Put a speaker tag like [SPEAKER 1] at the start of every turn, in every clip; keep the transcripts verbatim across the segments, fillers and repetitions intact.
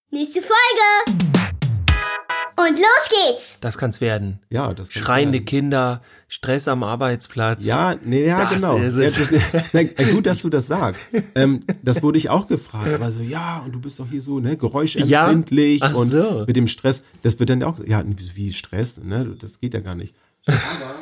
[SPEAKER 1] Nächste Folge! Und los geht's!
[SPEAKER 2] Das kann's werden.
[SPEAKER 3] Ja, das kann
[SPEAKER 2] Schreiende
[SPEAKER 3] werden.
[SPEAKER 2] Kinder, Stress am Arbeitsplatz.
[SPEAKER 3] Ja, nee, ja,
[SPEAKER 2] das
[SPEAKER 3] genau.
[SPEAKER 2] Ist
[SPEAKER 3] ja,
[SPEAKER 2] es.
[SPEAKER 3] das, na, gut, dass du das sagst. Ähm, das wurde ich auch gefragt. Aber so, ja, und du bist doch hier so, ne, geräuschempfindlich
[SPEAKER 2] Ja? Ach
[SPEAKER 3] und
[SPEAKER 2] so.
[SPEAKER 3] mit dem Stress. Das wird dann auch, ja, wie Stress, ne, das geht ja gar nicht.
[SPEAKER 1] Das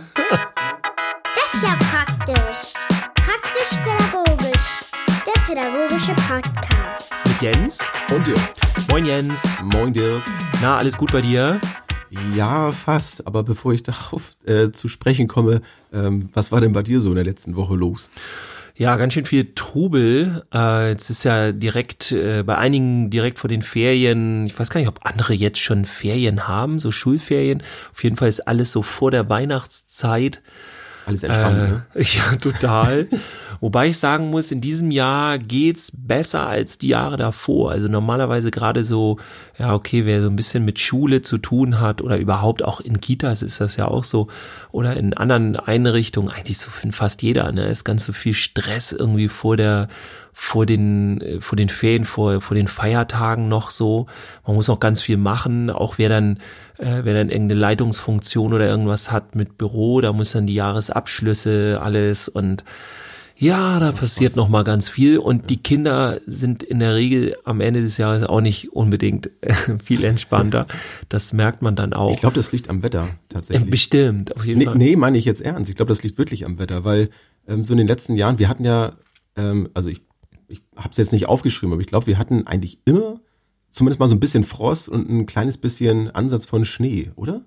[SPEAKER 1] ist ja praktisch. Praktisch-pädagogisch. Der pädagogische Podcast.
[SPEAKER 2] Mit Jens.
[SPEAKER 3] Und dir.
[SPEAKER 2] Moin Jens.
[SPEAKER 3] Moin dir.
[SPEAKER 2] Na, alles gut bei dir?
[SPEAKER 3] Ja, fast. Aber bevor ich darauf äh, zu sprechen komme, ähm, was war denn bei dir so in der letzten Woche los?
[SPEAKER 2] Ja, ganz schön viel Trubel. Äh, jetzt ist ja direkt äh, bei einigen direkt vor den Ferien, ich weiß gar nicht, ob andere jetzt schon Ferien haben, so Schulferien. Auf jeden Fall ist alles so vor der Weihnachtszeit.
[SPEAKER 3] Alles entspannt,
[SPEAKER 2] äh,
[SPEAKER 3] ne?
[SPEAKER 2] Ja, total. Wobei ich sagen muss, in diesem Jahr geht's besser als die Jahre davor. Also normalerweise gerade so, ja okay, wer so ein bisschen mit Schule zu tun hat oder überhaupt auch in Kitas ist das ja auch so oder in anderen Einrichtungen, eigentlich so für fast jeder, ne, ist ganz so viel Stress irgendwie vor der vor den vor den Ferien, vor vor den Feiertagen noch so. Man muss auch ganz viel machen, auch wer dann äh, wer dann irgendeine Leitungsfunktion oder irgendwas hat mit Büro, da muss dann die Jahresabschlüsse alles und ja, da passiert noch mal ganz viel und die Kinder sind in der Regel am Ende des Jahres auch nicht unbedingt viel entspannter. Das merkt man dann auch.
[SPEAKER 3] Ich glaube, das liegt am Wetter tatsächlich.
[SPEAKER 2] Bestimmt, auf jeden
[SPEAKER 3] nee,
[SPEAKER 2] Fall.
[SPEAKER 3] Nee, meine ich jetzt ernst. Ich glaube, das liegt wirklich am Wetter, weil ähm, so in den letzten Jahren, wir hatten ja, ähm, also ich, ich habe es jetzt nicht aufgeschrieben, aber ich glaube, wir hatten eigentlich immer zumindest mal so ein bisschen Frost und ein kleines bisschen Ansatz von Schnee, oder?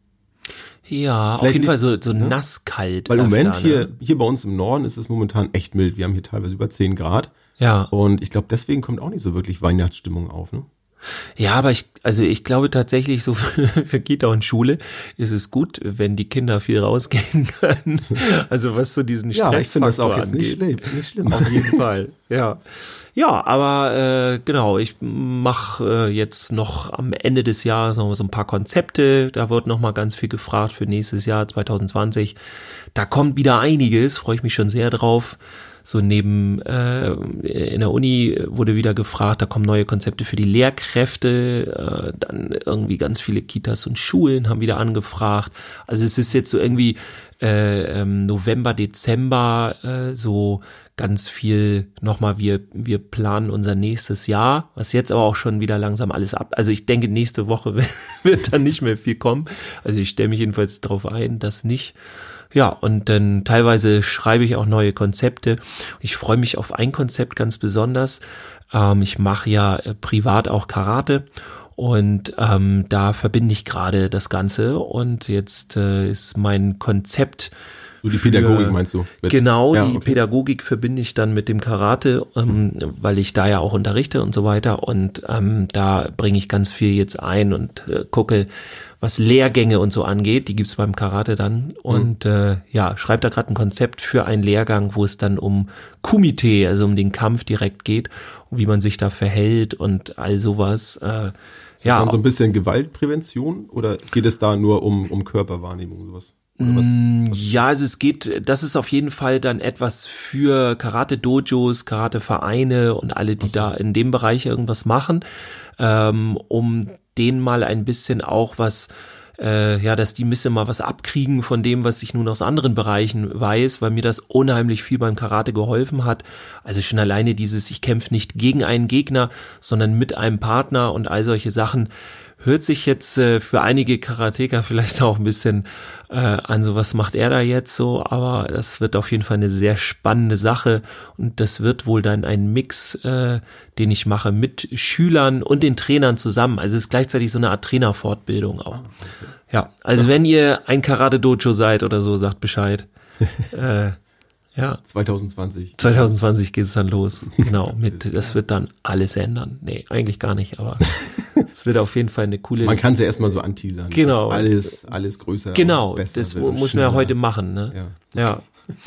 [SPEAKER 2] Ja,
[SPEAKER 3] Vielleicht
[SPEAKER 2] auf jeden
[SPEAKER 3] liegt-
[SPEAKER 2] Fall so, so
[SPEAKER 3] ne?
[SPEAKER 2] nasskalt.
[SPEAKER 3] Weil im
[SPEAKER 2] öfter,
[SPEAKER 3] Moment hier,
[SPEAKER 2] ne?
[SPEAKER 3] hier bei uns im Norden ist es momentan echt mild. Wir haben hier teilweise über zehn Grad.
[SPEAKER 2] Ja.
[SPEAKER 3] Und ich glaube, deswegen kommt auch nicht so wirklich Weihnachtsstimmung auf, ne?
[SPEAKER 2] Ja, aber ich, also ich glaube tatsächlich so für, für Kita und Schule ist es gut, wenn die Kinder viel rausgehen können. Also was so diesen
[SPEAKER 3] Ja, ich finde das
[SPEAKER 2] Stressfaktor
[SPEAKER 3] auch jetzt nicht
[SPEAKER 2] angeht.
[SPEAKER 3] schlimm. Nicht schlimm.
[SPEAKER 2] Auf jeden Fall, ja. Ja, aber äh, genau, ich mache äh, jetzt noch am Ende des Jahres noch so ein paar Konzepte. Da wird noch mal ganz viel gefragt für nächstes Jahr zwanzig zwanzig. Da kommt wieder einiges, freue ich mich schon sehr drauf. So neben äh, in der Uni wurde wieder gefragt, da kommen neue Konzepte für die Lehrkräfte, äh, dann irgendwie ganz viele Kitas und Schulen haben wieder angefragt. Also es ist jetzt so irgendwie äh, ähm, November, Dezember äh, so ganz viel nochmal, wir wir planen unser nächstes Jahr, was jetzt aber auch schon wieder langsam alles ab. Also ich denke, nächste Woche wird dann nicht mehr viel kommen. Also ich stelle mich jedenfalls darauf ein, dass nicht. Ja, und dann teilweise schreibe ich auch neue Konzepte. Ich freue mich auf ein Konzept ganz besonders. Ähm, ich mache ja äh, privat auch Karate und ähm, da verbinde ich gerade das Ganze und jetzt äh, ist mein Konzept
[SPEAKER 3] So die
[SPEAKER 2] für-
[SPEAKER 3] Pädagogik meinst du? Mit-
[SPEAKER 2] Genau,
[SPEAKER 3] Ja,
[SPEAKER 2] die
[SPEAKER 3] okay.
[SPEAKER 2] Pädagogik verbinde ich dann mit dem Karate, ähm, weil ich da ja auch unterrichte und so weiter. Und ähm, da bringe ich ganz viel jetzt ein und äh, gucke, was Lehrgänge und so angeht. Die gibt's beim Karate dann. Und äh, ja, schreibe da gerade ein Konzept für einen Lehrgang, wo es dann um Kumite, also um den Kampf direkt geht, und wie man sich da verhält und all sowas. Äh,
[SPEAKER 3] Ist das
[SPEAKER 2] ja,
[SPEAKER 3] dann so ein bisschen Gewaltprävention oder geht es da nur um, um Körperwahrnehmung und sowas? Oder was?
[SPEAKER 2] Ja, also es geht, das ist auf jeden Fall dann etwas für Karate-Dojos, Karate-Vereine und alle, die da in dem Bereich irgendwas machen, ähm, um denen mal ein bisschen auch was, äh, ja, dass die ein bisschen mal was abkriegen von dem, was ich nun aus anderen Bereichen weiß, weil mir das unheimlich viel beim Karate geholfen hat. Also schon alleine dieses, ich kämpfe nicht gegen einen Gegner, sondern mit einem Partner und all solche Sachen. Hört sich jetzt äh, für einige Karateker vielleicht auch ein bisschen äh, an, so was macht er da jetzt so, aber das wird auf jeden Fall eine sehr spannende Sache und das wird wohl dann ein Mix, äh, den ich mache mit Schülern und den Trainern zusammen. Also es ist gleichzeitig so eine Art Trainerfortbildung auch. Ja, also wenn ihr ein Karate-Dojo seid oder so, sagt Bescheid. äh, ja.
[SPEAKER 3] zwanzig zwanzig.
[SPEAKER 2] zwanzig zwanzig geht es dann los. Genau, mit das wird dann alles ändern. Nee, eigentlich gar nicht, aber es wird auf jeden Fall eine coole.
[SPEAKER 3] Man kann es ja erstmal so anteasern.
[SPEAKER 2] Genau.
[SPEAKER 3] dass Alles, alles größer.
[SPEAKER 2] Genau,
[SPEAKER 3] und besser
[SPEAKER 2] das
[SPEAKER 3] wird
[SPEAKER 2] mu-
[SPEAKER 3] und
[SPEAKER 2] muss man ja
[SPEAKER 3] schneller.
[SPEAKER 2] heute machen, ne?
[SPEAKER 3] Ja.
[SPEAKER 2] Ja.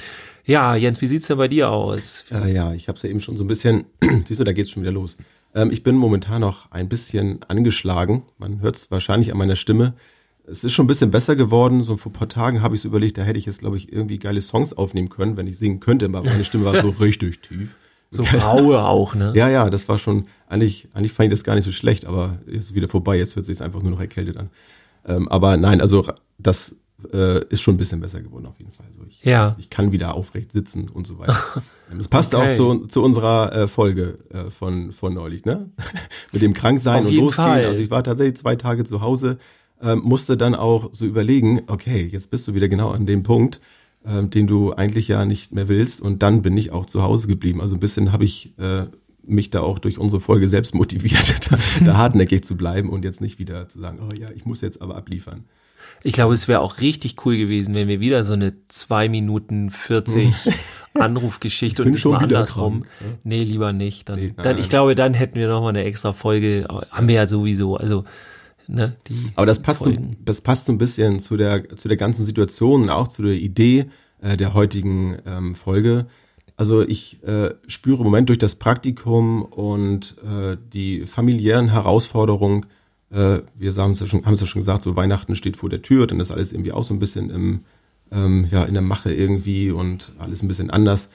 [SPEAKER 2] Ja, Jens, wie sieht's denn bei dir aus?
[SPEAKER 3] Äh, ja, ich habe es ja eben schon so ein bisschen, siehst du, da geht's schon wieder los. Ähm, ich bin momentan noch ein bisschen angeschlagen. Man hört es wahrscheinlich an meiner Stimme. Es ist schon ein bisschen besser geworden. So vor ein paar Tagen habe ich so überlegt, da hätte ich jetzt, glaube ich, irgendwie geile Songs aufnehmen können, wenn ich singen könnte. Aber meine Stimme war so richtig tief.
[SPEAKER 2] So graue auch, ne?
[SPEAKER 3] Ja, ja, das war schon, eigentlich, eigentlich fand ich das gar nicht so schlecht, aber jetzt ist wieder vorbei, jetzt hört sich einfach nur noch erkältet an. Ähm, aber nein, also das äh, ist schon ein bisschen besser geworden auf jeden Fall. Also ich,
[SPEAKER 2] ja.
[SPEAKER 3] ich kann wieder aufrecht sitzen und so weiter. Es passt okay. auch zu, zu unserer äh, Folge äh, von, von neulich, ne? Mit dem Kranksein
[SPEAKER 2] auf
[SPEAKER 3] und
[SPEAKER 2] jeden
[SPEAKER 3] losgehen.
[SPEAKER 2] Fall.
[SPEAKER 3] Also ich war tatsächlich zwei Tage zu Hause, ähm, musste dann auch so überlegen, okay, jetzt bist du wieder genau an dem Punkt, ähm, den du eigentlich ja nicht mehr willst, und dann bin ich auch zu Hause geblieben. Also ein bisschen habe ich äh, mich da auch durch unsere Folge selbst motiviert, da, da hartnäckig zu bleiben und jetzt nicht wieder zu sagen, oh ja, ich muss jetzt aber abliefern.
[SPEAKER 2] Ich glaube, es wäre auch richtig cool gewesen, wenn wir wieder so eine zwei Minuten vierzig Anrufgeschichte und diesmal andersrum.
[SPEAKER 3] Krank, ja?
[SPEAKER 2] Nee, lieber nicht. Dann,
[SPEAKER 3] nee, nein,
[SPEAKER 2] dann,
[SPEAKER 3] nein.
[SPEAKER 2] Ich glaube, dann hätten wir nochmal eine extra Folge. Haben wir ja sowieso. Also, ne, die
[SPEAKER 3] Aber das passt, so, das passt so ein bisschen zu der, zu der ganzen Situation und auch zu der Idee äh, der heutigen ähm, Folge. Also ich äh, spüre im Moment durch das Praktikum und äh, die familiären Herausforderungen, äh, wir haben es ja schon, haben es ja schon gesagt, so Weihnachten steht vor der Tür, dann ist alles irgendwie auch so ein bisschen im, ähm, ja, in der Mache irgendwie und alles ein bisschen anders.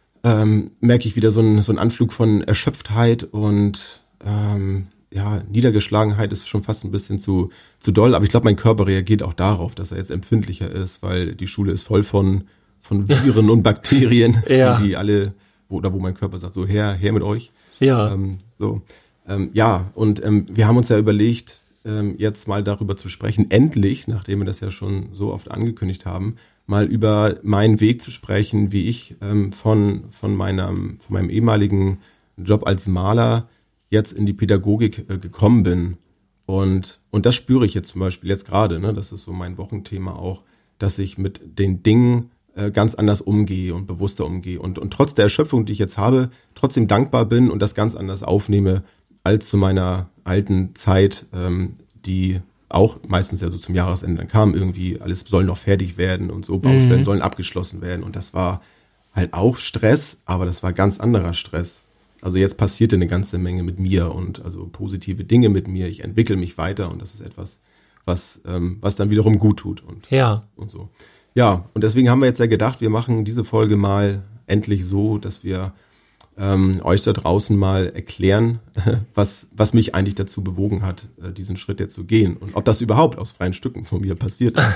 [SPEAKER 3] Ähm, merke ich wieder so einen so einen Anflug von Erschöpftheit und ähm, ja, Niedergeschlagenheit ist schon fast ein bisschen zu, zu doll, aber ich glaube, mein Körper reagiert auch darauf, dass er jetzt empfindlicher ist, weil die Schule ist voll von von Viren und Bakterien,
[SPEAKER 2] ja.
[SPEAKER 3] die alle, wo, oder wo mein Körper sagt, so her, her mit euch.
[SPEAKER 2] Ja.
[SPEAKER 3] Ähm, so, ähm, ja, und ähm, wir haben uns ja überlegt, ähm, jetzt mal darüber zu sprechen, endlich, nachdem wir das ja schon so oft angekündigt haben, mal über meinen Weg zu sprechen, wie ich ähm, von, von, meinem, von meinem ehemaligen Job als Maler jetzt in die Pädagogik äh, gekommen bin. Und, und das spüre ich jetzt zum Beispiel jetzt gerade, ne? Das ist so mein Wochenthema auch, dass ich mit den Dingen ganz anders umgehe und bewusster umgehe und, und trotz der Erschöpfung, die ich jetzt habe, trotzdem dankbar bin und das ganz anders aufnehme als zu meiner alten Zeit, ähm, die auch meistens ja so zum Jahresende dann kam, irgendwie alles soll noch fertig werden und so, Baustellen mhm. sollen abgeschlossen werden und das war halt auch Stress, aber das war ganz anderer Stress. Also jetzt passierte eine ganze Menge mit mir und also positive Dinge mit mir, ich entwickle mich weiter und das ist etwas, was, ähm, was dann wiederum gut tut und,
[SPEAKER 2] ja.
[SPEAKER 3] und so. Ja, und deswegen haben wir jetzt ja gedacht, wir machen diese Folge mal endlich so, dass wir ähm, euch da draußen mal erklären, was, was mich eigentlich dazu bewogen hat, äh, diesen Schritt jetzt zu gehen und ob das überhaupt aus freien Stücken von mir passiert ist.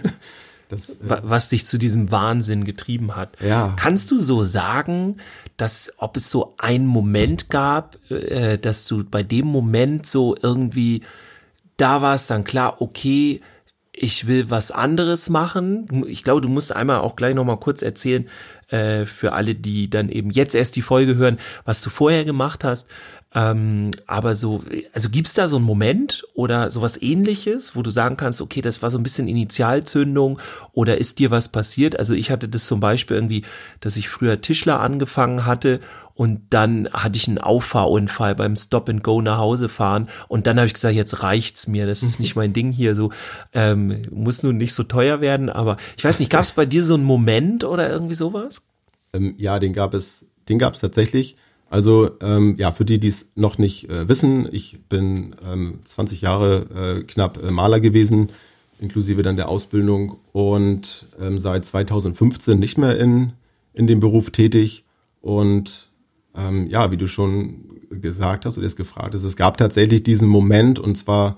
[SPEAKER 3] das, äh,
[SPEAKER 2] was dich zu diesem Wahnsinn getrieben hat.
[SPEAKER 3] Ja.
[SPEAKER 2] Kannst du so sagen, dass ob es so einen Moment gab, äh, dass du bei dem Moment so irgendwie da warst, dann klar, okay, ich will was anderes machen. Ich glaube, du musst einmal auch gleich noch mal kurz erzählen, äh, für alle, die dann eben jetzt erst die Folge hören, was du vorher gemacht hast. Ähm, aber so, also gibt's da so einen Moment oder sowas Ähnliches, wo du sagen kannst, okay, das war so ein bisschen Initialzündung oder ist dir was passiert? Also ich hatte das zum Beispiel irgendwie, dass ich früher Tischler angefangen hatte und dann hatte ich einen Auffahrunfall beim Stop and Go nach Hause fahren und dann habe ich gesagt, jetzt reicht's mir, das ist nicht mein Ding hier, so ähm, muss nun nicht so teuer werden, aber ich weiß nicht, gab es bei dir so einen Moment oder irgendwie sowas?
[SPEAKER 3] Ähm, ja, den gab es, den gab es tatsächlich. Also ähm, ja, für die, die es noch nicht äh, wissen, ich bin ähm, zwanzig Jahre äh, knapp äh, Maler gewesen, inklusive dann der Ausbildung und ähm, seit zweitausendfünfzehn nicht mehr in, in dem Beruf tätig. Und ähm, ja, wie du schon gesagt hast oder es gefragt hast, es gab tatsächlich diesen Moment und zwar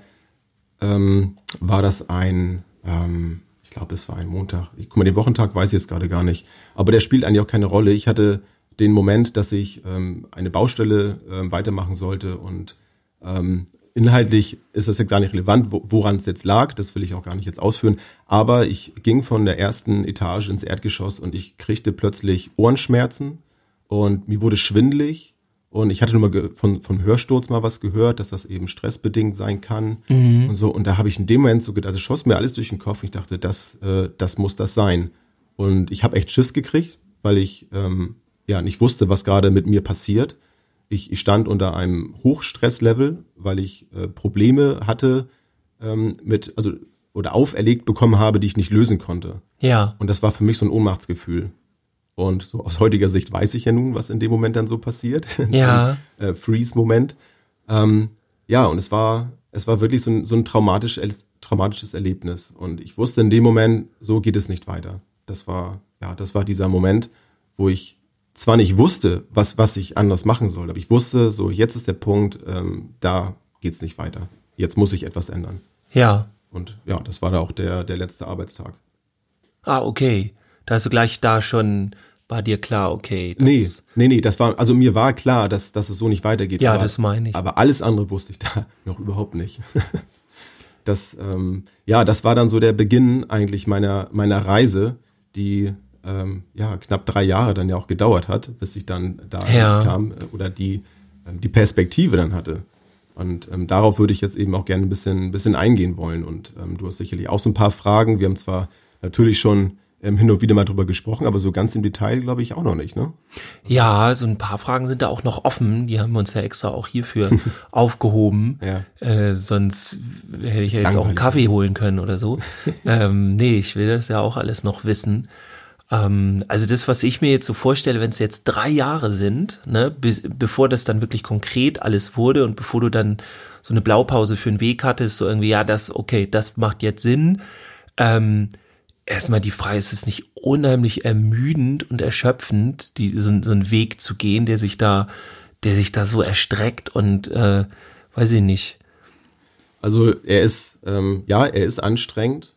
[SPEAKER 3] ähm, war das ein, ähm, ich glaube, es war ein Montag. Ich guck mal, den Wochentag weiß ich jetzt gerade gar nicht, aber der spielt eigentlich auch keine Rolle. Ich hatte den Moment, dass ich ähm, eine Baustelle ähm, weitermachen sollte und ähm, inhaltlich ist das ja gar nicht relevant, wo, woran es jetzt lag, das will ich auch gar nicht jetzt ausführen, aber ich ging von der ersten Etage ins Erdgeschoss und ich kriegte plötzlich Ohrenschmerzen und mir wurde schwindelig und ich hatte nur mal ge- von, vom Hörsturz mal was gehört, dass das eben stressbedingt sein kann mhm. und so und da habe ich in dem Moment so gedacht, also schoss mir alles durch den Kopf und ich dachte, das, äh, das muss das sein und ich habe echt Schiss gekriegt, weil ich ähm, ja nicht wusste, was gerade mit mir passiert. Ich, ich stand unter einem Hochstresslevel, weil ich äh, Probleme hatte ähm, mit, also oder auferlegt bekommen habe, die ich nicht lösen konnte.
[SPEAKER 2] Ja.
[SPEAKER 3] Und das war für mich so ein Ohnmachtsgefühl. Und so aus heutiger Sicht weiß ich ja nun, was in dem Moment dann so passiert.
[SPEAKER 2] Ja.
[SPEAKER 3] so ein, äh, Freeze-Moment. Ähm, ja, und es war, es war wirklich so ein, so ein traumatisch, traumatisches Erlebnis. Und ich wusste in dem Moment, so geht es nicht weiter. Das war, ja, das war dieser Moment, wo ich zwar nicht wusste, was, was ich anders machen soll, aber ich wusste, so jetzt ist der Punkt, ähm, da geht's nicht weiter. Jetzt muss ich etwas ändern.
[SPEAKER 2] Ja.
[SPEAKER 3] Und ja, das war da auch der, der letzte Arbeitstag.
[SPEAKER 2] Ah, okay. Da hast du gleich da schon, war dir klar, okay. Das
[SPEAKER 3] Nee, nee, nee, das war, also mir war klar, dass, dass es so nicht weitergeht.
[SPEAKER 2] Ja,
[SPEAKER 3] aber,
[SPEAKER 2] das meine ich.
[SPEAKER 3] Aber alles andere wusste ich da noch überhaupt nicht. Das, ähm, ja, das war dann so der Beginn eigentlich meiner, meiner Reise, die ähm, ja knapp drei Jahre dann ja auch gedauert hat, bis ich dann da
[SPEAKER 2] Ja.
[SPEAKER 3] kam äh, oder die, ähm, die Perspektive dann hatte. Und ähm, darauf würde ich jetzt eben auch gerne ein bisschen, ein bisschen eingehen wollen. Und ähm, du hast sicherlich auch so ein paar Fragen. Wir haben zwar natürlich schon ähm, hin und wieder mal drüber gesprochen, aber so ganz im Detail glaube ich auch noch nicht, ne?
[SPEAKER 2] Ja, so ein paar Fragen sind da auch noch offen. Die haben wir uns ja extra auch hierfür aufgehoben.
[SPEAKER 3] Ja.
[SPEAKER 2] Äh, sonst hätte ich ja
[SPEAKER 3] Ist
[SPEAKER 2] jetzt auch einen
[SPEAKER 3] langweilig.
[SPEAKER 2] Kaffee holen können oder so. ähm, nee, ich will das ja auch alles noch wissen. Ähm, also das, was ich mir jetzt so vorstelle, wenn es jetzt drei Jahre sind, ne, bis, bevor das dann wirklich konkret alles wurde und bevor du dann so eine Blaupause für einen Weg hattest, so irgendwie, ja, das, okay, das macht jetzt Sinn. Ähm, erstmal die Frage, ist es nicht unheimlich ermüdend und erschöpfend, die, so, so einen Weg zu gehen, der sich da, der sich da so erstreckt und äh, weiß ich nicht.
[SPEAKER 3] Also er ist, ähm, ja, er ist anstrengend.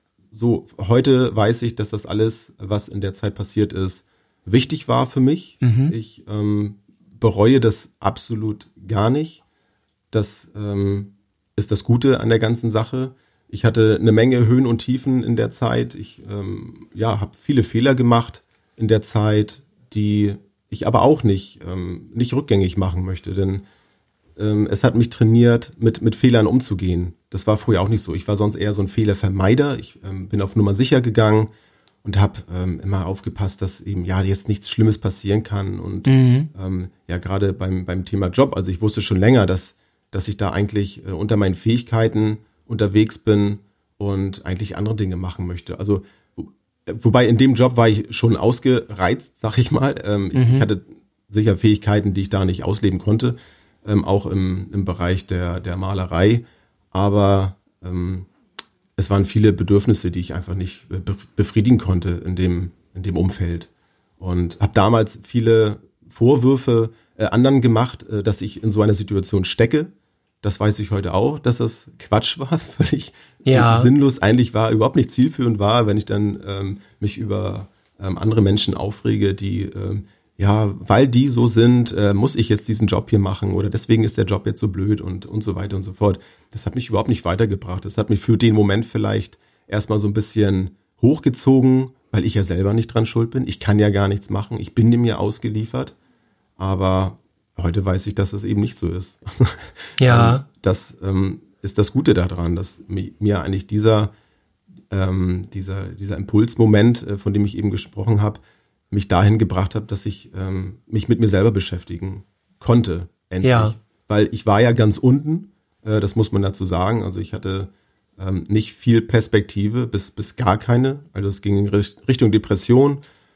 [SPEAKER 3] So, heute weiß ich, dass das alles, was in der Zeit passiert ist, wichtig war für mich.
[SPEAKER 2] Mhm.
[SPEAKER 3] Ich ähm, bereue das absolut gar nicht. Das ähm, ist das Gute an der ganzen Sache. Ich hatte eine Menge Höhen und Tiefen in der Zeit. Ich ähm, ja, habe viele Fehler gemacht in der Zeit, die ich aber auch nicht, ähm, nicht rückgängig machen möchte. Denn ähm, es hat mich trainiert, mit, mit Fehlern umzugehen. Das war früher auch nicht so. Ich war sonst eher so ein Fehlervermeider. Ich ähm, bin auf Nummer sicher gegangen und habe ähm, immer aufgepasst, dass eben ja jetzt nichts Schlimmes passieren kann. Und
[SPEAKER 2] Mhm.
[SPEAKER 3] ähm, ja, gerade beim, beim Thema Job, also ich wusste schon länger, dass, dass ich da eigentlich äh, unter meinen Fähigkeiten unterwegs bin und eigentlich andere Dinge machen möchte. Also wo, wobei in dem Job war ich schon ausgereizt, sag ich mal. Ähm, ich,
[SPEAKER 2] Mhm.
[SPEAKER 3] ich hatte sicher Fähigkeiten, die ich da nicht ausleben konnte, ähm, auch im, im Bereich der, der Malerei. Aber ähm, es waren viele Bedürfnisse, die ich einfach nicht be- befriedigen konnte in dem, in dem Umfeld. Und habe damals viele Vorwürfe äh, anderen gemacht, äh, dass ich in so einer Situation stecke. Das weiß ich heute auch, dass das Quatsch war, völlig
[SPEAKER 2] Ja.
[SPEAKER 3] äh, sinnlos eigentlich war, überhaupt nicht zielführend war, wenn ich dann ähm, mich über ähm, andere Menschen aufrege, die, ähm, ja, weil die so sind, äh, muss ich jetzt diesen Job hier machen oder deswegen ist der Job jetzt so blöd und, und so weiter und so fort. Das hat mich überhaupt nicht weitergebracht. Das hat mich für den Moment vielleicht erstmal so ein bisschen hochgezogen, weil ich ja selber nicht dran schuld bin. Ich kann ja gar nichts machen. Ich bin dem ja ausgeliefert. Aber heute weiß ich, dass es eben nicht so ist.
[SPEAKER 2] Ja.
[SPEAKER 3] Ähm, Das ähm, ist das Gute daran, dass mi- mir eigentlich dieser, ähm, dieser, dieser Impulsmoment, äh, von dem ich eben gesprochen habe, mich dahin gebracht hat, dass ich ähm, mich mit mir selber beschäftigen konnte, endlich.
[SPEAKER 2] Ja.
[SPEAKER 3] Weil ich war ja ganz unten, äh, das muss man dazu sagen. Also ich hatte ähm, nicht viel Perspektive, bis, bis gar keine. Also es ging in Richt- Richtung Depression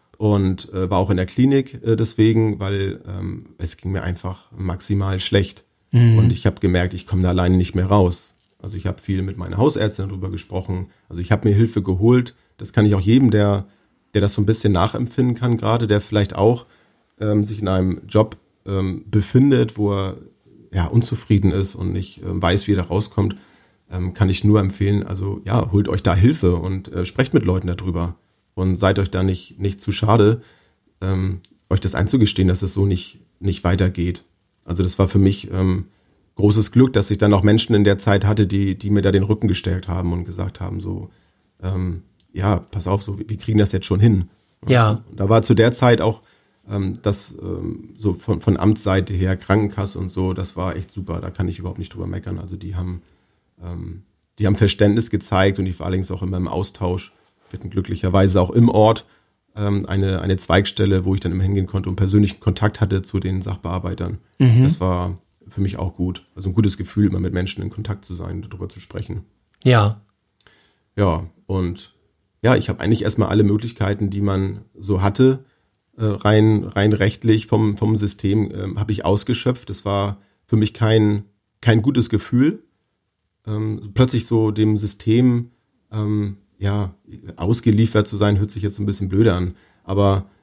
[SPEAKER 3] und äh, war auch in der Klinik äh, deswegen, weil ähm, es ging mir einfach maximal schlecht.
[SPEAKER 2] Mhm.
[SPEAKER 3] Und ich habe gemerkt, ich komme da alleine nicht mehr raus. Also ich habe viel mit meiner Hausärztin darüber gesprochen. Also ich habe mir Hilfe geholt. Das kann ich auch jedem, der, der das so ein bisschen nachempfinden kann, gerade der vielleicht auch ähm, sich in einem Job ähm, befindet, wo er ja unzufrieden ist und nicht ähm, weiß, wie er da rauskommt, ähm, kann ich nur empfehlen, also ja, holt euch da Hilfe und äh, sprecht mit Leuten darüber und seid euch da nicht, nicht zu schade, ähm, euch das einzugestehen, dass es so nicht, nicht weitergeht. Also das war für mich ähm, großes Glück, dass ich dann auch Menschen in der Zeit hatte, die, die mir da den Rücken gestärkt haben und gesagt haben, so, ähm, ja, pass auf, so, wir kriegen das jetzt schon hin.
[SPEAKER 2] Ja.
[SPEAKER 3] Und da war zu der Zeit auch ähm, das ähm, so von, von Amtsseite her, Krankenkasse und so, das war echt super, da kann ich überhaupt nicht drüber meckern. Also die haben, ähm, die haben Verständnis gezeigt und ich war allerdings auch immer im Austausch. Wir hatten glücklicherweise auch im Ort ähm, eine, eine Zweigstelle, wo ich dann immer hingehen konnte und persönlichen Kontakt hatte zu den Sachbearbeitern.
[SPEAKER 2] Mhm.
[SPEAKER 3] Das war für mich auch gut. Also ein gutes Gefühl, immer mit Menschen in Kontakt zu sein, darüber zu sprechen.
[SPEAKER 2] Ja.
[SPEAKER 3] Ja, und ja, ich habe eigentlich erstmal alle Möglichkeiten, die man so hatte, äh, rein, rein rechtlich vom, vom System, ähm, habe ich ausgeschöpft. Das war für mich kein, kein gutes Gefühl, ähm, plötzlich so dem System ähm, ja, ausgeliefert zu sein, hört sich jetzt so ein bisschen blöde an. Aber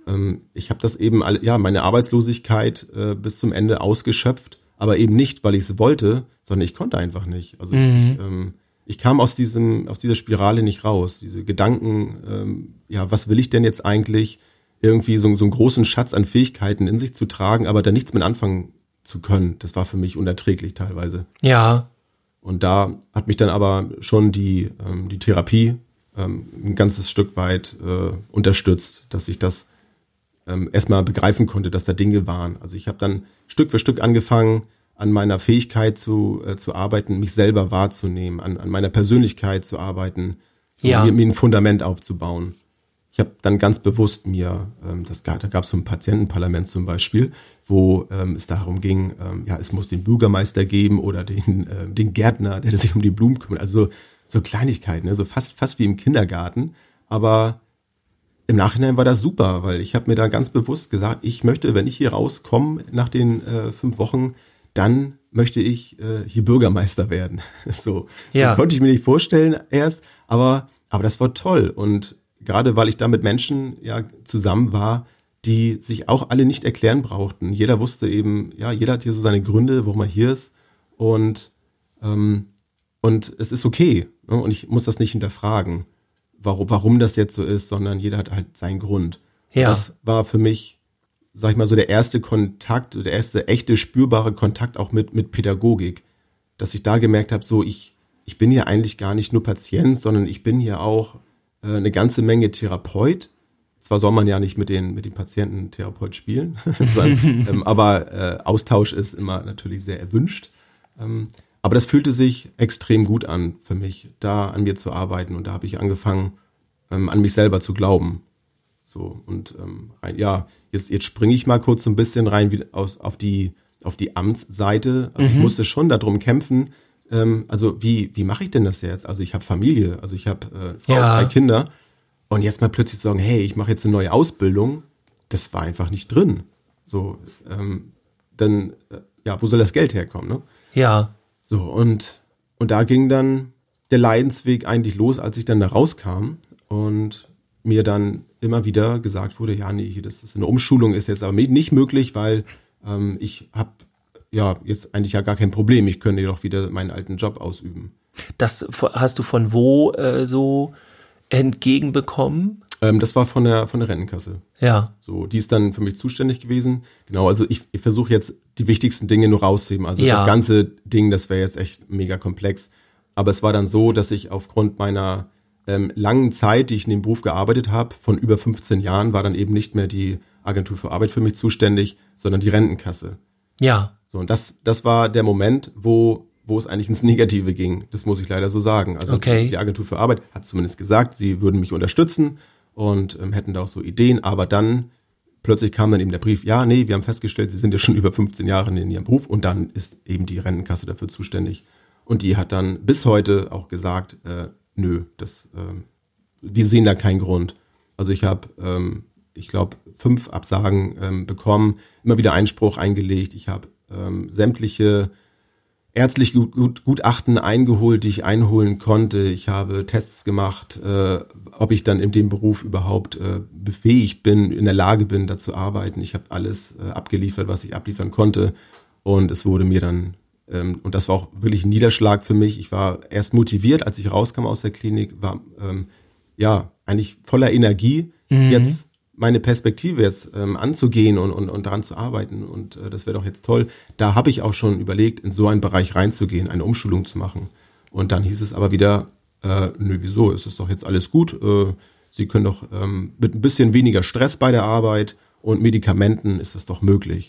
[SPEAKER 3] ähm, ich habe das eben, alle, ja, meine Arbeitslosigkeit äh, bis zum Ende ausgeschöpft, aber eben nicht, weil ich es wollte, sondern ich konnte einfach nicht. Also
[SPEAKER 2] Mhm.
[SPEAKER 3] ich, ähm, ich kam aus diesem, aus dieser Spirale nicht raus. Diese Gedanken, ähm, ja, was will ich denn jetzt eigentlich, irgendwie so, so einen großen Schatz an Fähigkeiten in sich zu tragen, aber da nichts mit anfangen zu können, das war für mich unerträglich teilweise.
[SPEAKER 2] Ja.
[SPEAKER 3] Und da hat mich dann aber schon die, ähm, die Therapie ähm, ein ganzes Stück weit äh, unterstützt, dass ich das ähm, erstmal begreifen konnte, dass da Dinge waren. Also ich habe dann Stück für Stück angefangen, an meiner Fähigkeit zu, äh, zu arbeiten, mich selber wahrzunehmen, an, an meiner Persönlichkeit zu arbeiten, so
[SPEAKER 2] Ja.
[SPEAKER 3] mir, mir ein Fundament aufzubauen. Ich habe dann ganz bewusst mir, ähm, das, da gab es so ein Patientenparlament zum Beispiel, wo ähm, es darum ging, ähm, ja, es muss den Bürgermeister geben oder den, äh, den Gärtner, der sich um die Blumen kümmert. Also so, so Kleinigkeiten, ne? So fast, fast wie im Kindergarten. Aber im Nachhinein war das super, weil ich habe mir da ganz bewusst gesagt, ich möchte, wenn ich hier rauskomme nach den äh, fünf Wochen, dann möchte ich äh, hier Bürgermeister werden. So,
[SPEAKER 2] Ja.
[SPEAKER 3] das konnte ich mir nicht vorstellen erst, aber, aber das war toll. Und gerade weil ich da mit Menschen ja zusammen war, die sich auch alle nicht erklären brauchten. Jeder wusste eben, ja, jeder hat hier so seine Gründe, warum er hier ist. Und, ähm, und es ist okay. Ne? Und ich muss das nicht hinterfragen, warum, warum das jetzt so ist, sondern jeder hat halt seinen Grund.
[SPEAKER 2] Ja.
[SPEAKER 3] Das war für mich, sag ich mal, so der erste Kontakt, der erste echte spürbare Kontakt auch mit, mit Pädagogik. Dass ich da gemerkt habe, so ich, ich bin hier eigentlich gar nicht nur Patient, sondern ich bin hier auch äh, eine ganze Menge Therapeut. Zwar soll man ja nicht mit den, mit den Patienten Therapeut spielen, sondern, ähm, aber äh, Austausch ist immer natürlich sehr erwünscht. Ähm, aber das fühlte sich extrem gut an für mich, da an mir zu arbeiten. Und da habe ich angefangen, ähm, an mich selber zu glauben. So, und ähm, rein, ja, jetzt, jetzt springe ich mal kurz so ein bisschen rein wie aus, auf die, auf die Amtsseite. Also
[SPEAKER 2] Mhm.
[SPEAKER 3] ich musste schon darum kämpfen, ähm, also wie, wie mache ich denn das jetzt? Also ich habe Familie, also ich habe äh, Frau,
[SPEAKER 2] Ja.
[SPEAKER 3] zwei Kinder. Und jetzt mal plötzlich sagen, hey, ich mache jetzt eine neue Ausbildung, das war einfach nicht drin. So, ähm, dann, äh, ja, wo soll das Geld herkommen, ne?
[SPEAKER 2] Ja.
[SPEAKER 3] So, und, und da ging dann der Leidensweg eigentlich los, als ich dann da rauskam und mir dann immer wieder gesagt wurde, ja, nee, hier, das ist eine Umschulung, ist jetzt aber nicht möglich, weil ähm, ich habe ja jetzt eigentlich ja gar kein Problem, ich könnte doch wieder meinen alten Job ausüben.
[SPEAKER 2] Das hast du von wo äh, so entgegenbekommen?
[SPEAKER 3] Ähm, das war von der, von der Rentenkasse.
[SPEAKER 2] Ja.
[SPEAKER 3] So, die ist dann für mich zuständig gewesen. Genau, also ich, ich versuche jetzt die wichtigsten Dinge nur rauszuheben. Also
[SPEAKER 2] Ja.
[SPEAKER 3] das ganze Ding, das wäre jetzt echt mega komplex. Aber es war dann so, dass ich aufgrund meiner ähm, langen Zeit, die ich in dem Beruf gearbeitet habe, von über fünfzehn Jahren, war dann eben nicht mehr die Agentur für Arbeit für mich zuständig, sondern die Rentenkasse.
[SPEAKER 2] Ja.
[SPEAKER 3] So, und das, das war der Moment, wo, wo es eigentlich ins Negative ging. Das muss ich leider so sagen. Also
[SPEAKER 2] Okay.
[SPEAKER 3] die, die Agentur für Arbeit hat zumindest gesagt, sie würden mich unterstützen und ähm, hätten da auch so Ideen, aber dann plötzlich kam dann eben der Brief, ja, nee, wir haben festgestellt, Sie sind ja schon über fünfzehn Jahre in Ihrem Beruf und dann ist eben die Rentenkasse dafür zuständig. Und die hat dann bis heute auch gesagt, äh, nö, das, ähm, wir sehen da keinen Grund. Also ich habe, ähm, ich glaube, fünf Absagen ähm, bekommen, immer wieder Einspruch eingelegt. Ich habe ähm, sämtliche ärztliche Gut- Gut- Gutachten eingeholt, die ich einholen konnte. Ich habe Tests gemacht, äh, ob ich dann in dem Beruf überhaupt äh, befähigt bin, in der Lage bin, da zu arbeiten. Ich habe alles äh, abgeliefert, was ich abliefern konnte. Und es wurde mir dann, ähm, und das war auch wirklich ein Niederschlag für mich. Ich war erst motiviert, als ich rauskam aus der Klinik, war ähm, ja eigentlich voller Energie,
[SPEAKER 2] Mhm.
[SPEAKER 3] jetzt meine Perspektive jetzt ähm, anzugehen und, und, und daran zu arbeiten. Und äh, das wäre doch jetzt toll. Da habe ich auch schon überlegt, in so einen Bereich reinzugehen, eine Umschulung zu machen. Und dann hieß es aber wieder, äh, nö, wieso, es ist doch jetzt alles gut. Äh, Sie können doch ähm, mit ein bisschen weniger Stress bei der Arbeit und Medikamenten ist das doch möglich.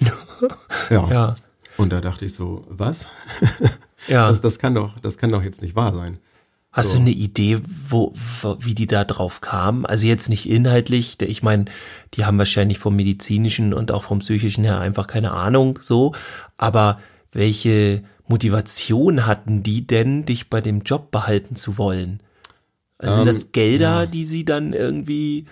[SPEAKER 3] Ja.
[SPEAKER 2] Ja.
[SPEAKER 3] Und da dachte ich so, was?
[SPEAKER 2] Ja.
[SPEAKER 3] Das, das kann doch, das kann doch jetzt nicht wahr sein.
[SPEAKER 2] Hast
[SPEAKER 3] So.
[SPEAKER 2] du eine Idee, wo, wo, wie die da drauf kamen? Also jetzt nicht inhaltlich, ich meine, die haben wahrscheinlich vom medizinischen und auch vom psychischen her einfach keine Ahnung, so. Aber welche Motivation hatten die denn, dich bei dem Job behalten zu wollen? Also sind
[SPEAKER 3] Ähm,
[SPEAKER 2] das Gelder,
[SPEAKER 3] ja.
[SPEAKER 2] die sie dann irgendwie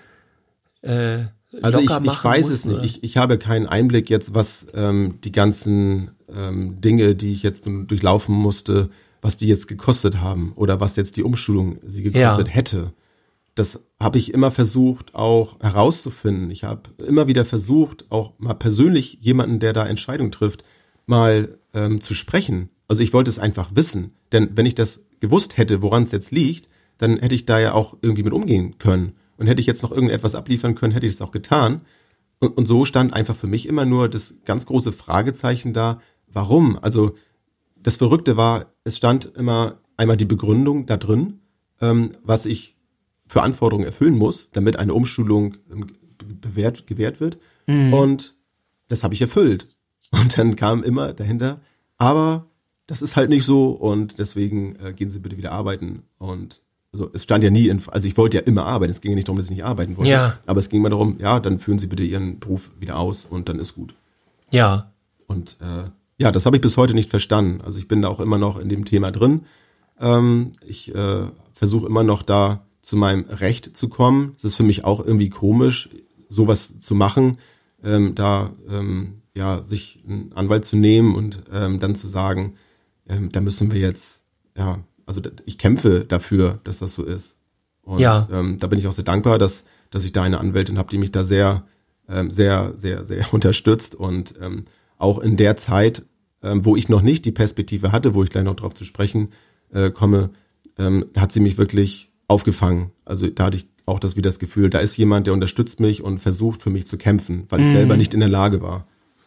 [SPEAKER 2] äh,
[SPEAKER 3] Also ich,
[SPEAKER 2] locker
[SPEAKER 3] ich
[SPEAKER 2] machen
[SPEAKER 3] weiß
[SPEAKER 2] mussten,
[SPEAKER 3] es nicht.
[SPEAKER 2] oder?
[SPEAKER 3] Ich, ich habe keinen Einblick jetzt, was ähm, die ganzen ähm, Dinge, die ich jetzt durchlaufen musste, was die jetzt gekostet haben oder was jetzt die Umschulung sie gekostet
[SPEAKER 2] Ja.
[SPEAKER 3] hätte. das habe ich immer versucht auch herauszufinden. Ich habe immer wieder versucht, auch mal persönlich jemanden, der da Entscheidungen trifft, mal ähm, zu sprechen. Also ich wollte es einfach wissen. Denn wenn ich das gewusst hätte, woran es jetzt liegt, dann hätte ich da ja auch irgendwie mit umgehen können. Und hätte ich jetzt noch irgendetwas abliefern können, hätte ich das auch getan. Und, und so stand einfach für mich immer nur das ganz große Fragezeichen da, warum? Also das Verrückte war, es stand immer einmal die Begründung da drin, ähm, was ich für Anforderungen erfüllen muss, damit eine Umschulung ähm, bewährt, gewährt wird. Mhm. Und das habe ich erfüllt. Und dann kam immer dahinter, aber das ist halt nicht so und deswegen äh, gehen Sie bitte wieder arbeiten. Und also es stand ja nie, in, also ich wollte ja immer arbeiten, es ging ja nicht darum, dass ich nicht arbeiten wollte. Ja. Aber es ging immer darum, ja, dann führen Sie bitte Ihren Beruf wieder aus und dann ist gut.
[SPEAKER 2] Ja.
[SPEAKER 3] Und äh, ja, das habe ich bis heute nicht verstanden. Also ich bin da auch immer noch in dem Thema drin. Ähm, ich äh, versuche immer noch da zu meinem Recht zu kommen. Es ist für mich auch irgendwie komisch, sowas zu machen, ähm, da ähm, ja sich einen Anwalt zu nehmen und ähm, dann zu sagen, ähm, da müssen wir jetzt, ja, also ich kämpfe dafür, dass das so ist. Und
[SPEAKER 2] ja.
[SPEAKER 3] ähm, da bin ich auch sehr dankbar, dass dass ich da eine Anwältin habe, die mich da sehr, ähm, sehr, sehr, sehr unterstützt und ähm, auch in der Zeit, ähm, wo ich noch nicht die Perspektive hatte, wo ich gleich noch drauf zu sprechen äh, komme, ähm, hat sie mich wirklich aufgefangen. Also da hatte ich auch das wieder das Gefühl, da ist jemand, der unterstützt mich und versucht für mich zu kämpfen, weil ich mhm. selber nicht in der Lage war.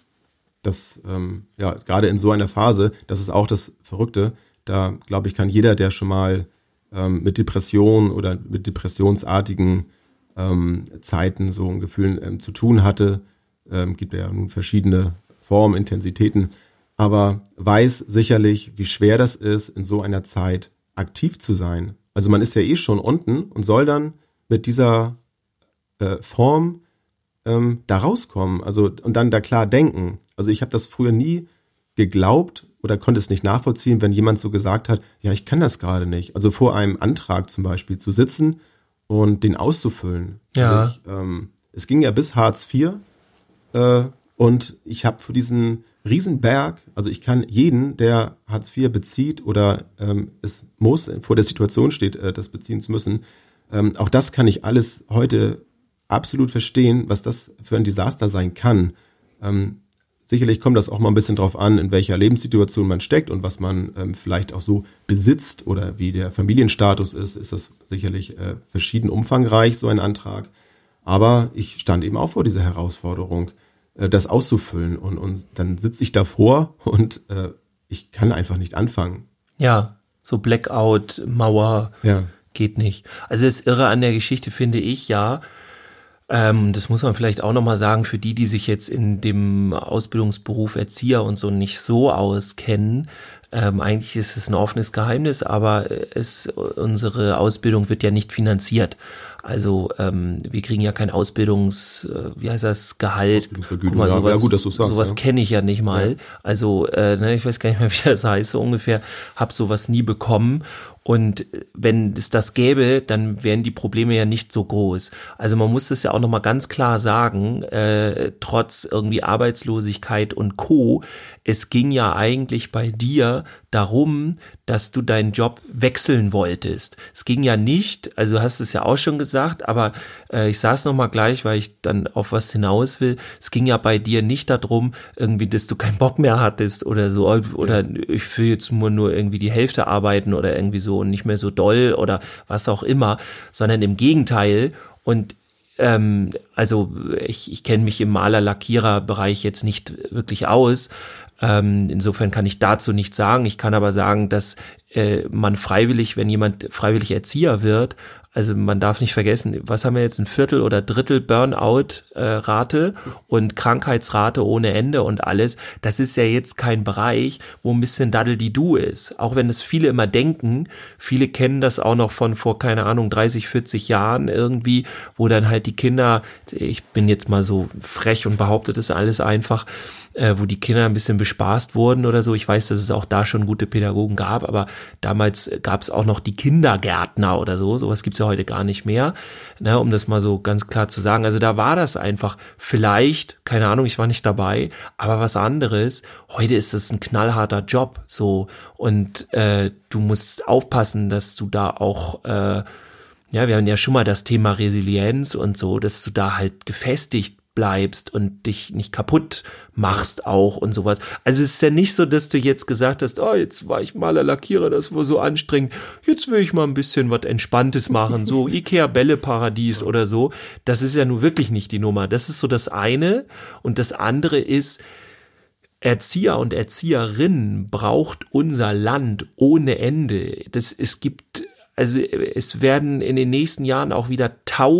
[SPEAKER 3] Das, ähm, ja, gerade in so einer Phase, das ist auch das Verrückte, da glaube ich, kann jeder, der schon mal ähm, mit Depressionen oder mit depressionsartigen ähm, Zeiten so ein Gefühl ähm, zu tun hatte, ähm, gibt ja nun verschiedene Formen, Intensitäten, aber weiß sicherlich, wie schwer das ist, in so einer Zeit aktiv zu sein. Also man ist ja eh schon unten und soll dann mit dieser äh, Form ähm, da rauskommen, also und dann da klar denken. Also ich habe das früher nie geglaubt oder konnte es nicht nachvollziehen, wenn jemand so gesagt hat, ja, ich kann das gerade nicht. Also vor einem Antrag zum Beispiel zu sitzen und den auszufüllen.
[SPEAKER 2] Ja.
[SPEAKER 3] Also ich, ähm, es ging ja bis Hartz vier äh, und ich habe für diesen Riesenberg, also ich kann jeden, der Hartz vier bezieht oder ähm, es muss, vor der Situation steht, äh, das beziehen zu müssen, ähm, auch das kann ich alles heute absolut verstehen, was das für ein Desaster sein kann. Ähm, sicherlich kommt das auch mal ein bisschen drauf an, in welcher Lebenssituation man steckt und was man ähm, vielleicht auch so besitzt oder wie der Familienstatus ist, ist das sicherlich äh, verschieden umfangreich, so ein Antrag. Aber ich stand eben auch vor dieser Herausforderung, das auszufüllen und, und dann sitze ich davor und äh, ich kann einfach nicht anfangen.
[SPEAKER 2] Ja, so Blackout, Mauer,
[SPEAKER 3] ja.
[SPEAKER 2] Geht nicht. Also das Irre an der Geschichte finde ich ja, ähm, das muss man vielleicht auch nochmal sagen, für die, die sich jetzt in dem Ausbildungsberuf Erzieher und so nicht so auskennen, ähm, eigentlich ist es ein offenes Geheimnis, aber es, unsere Ausbildung wird ja nicht finanziert. Also ähm, wir kriegen ja kein Ausbildungs, äh, wie heißt das, Gehalt.
[SPEAKER 3] Guck mal, sowas, ja, gut, dass du sagst,
[SPEAKER 2] sowas
[SPEAKER 3] ja.
[SPEAKER 2] kenne ich ja nicht mal. Ja. Also äh, ne, ich weiß gar nicht mehr, wie das heißt, so ungefähr, habe sowas nie bekommen. Und wenn es das gäbe, dann wären die Probleme ja nicht so groß. Also man muss das ja auch nochmal ganz klar sagen, äh, trotz irgendwie Arbeitslosigkeit und Co., es ging ja eigentlich bei dir darum, dass du deinen Job wechseln wolltest. Es ging ja nicht, also du hast es ja auch schon gesagt, aber äh, ich sage es nochmal gleich, weil ich dann auf was hinaus will. Es ging ja bei dir nicht darum, irgendwie, dass du keinen Bock mehr hattest oder so, oder ich will jetzt nur, nur irgendwie die Hälfte arbeiten oder irgendwie so und nicht mehr so doll oder was auch immer, sondern im Gegenteil. Und ähm, also ich, ich kenne mich im Maler-Lackierer-Bereich jetzt nicht wirklich aus. Ähm, insofern kann ich dazu nichts sagen. Ich kann aber sagen, dass äh, man freiwillig, wenn jemand freiwillig Erzieher wird, also man darf nicht vergessen, was haben wir jetzt, ein Viertel oder Drittel Burnout-Rate äh, und Krankheitsrate ohne Ende und alles. Das ist ja jetzt kein Bereich, wo ein bisschen Daddel-di-Du ist. Auch wenn es viele immer denken, viele kennen das auch noch von vor, keine Ahnung, dreißig, vierzig Jahren irgendwie, wo dann halt die Kinder, ich bin jetzt mal so frech und behaupte das alles einfach, äh, wo die Kinder ein bisschen bespaßt wurden oder so. Ich weiß, dass es auch da schon gute Pädagogen gab, aber damals gab es auch noch die Kindergärtner oder so. Sowas gibt's ja heute gar nicht mehr, ne, um das mal so ganz klar zu sagen. Also da war das einfach vielleicht, keine Ahnung, ich war nicht dabei, aber was anderes. Heute ist es ein knallharter Job, so, und äh, du musst aufpassen, dass du da auch äh, Ja, wir haben ja schon mal das Thema Resilienz und so, dass du da halt gefestigt bleibst und dich nicht kaputt machst auch und sowas. Also es ist ja nicht so, dass du jetzt gesagt hast, oh, jetzt war ich Maler, Lackierer, das war so anstrengend, jetzt will ich mal ein bisschen was Entspanntes machen, so Ikea-Bälle-Paradies oder so. Das ist ja nun wirklich nicht die Nummer. Das ist so das eine. Und das andere ist, Erzieher und Erzieherinnen braucht unser Land ohne Ende. Das, es gibt Also es werden in den nächsten Jahren auch wieder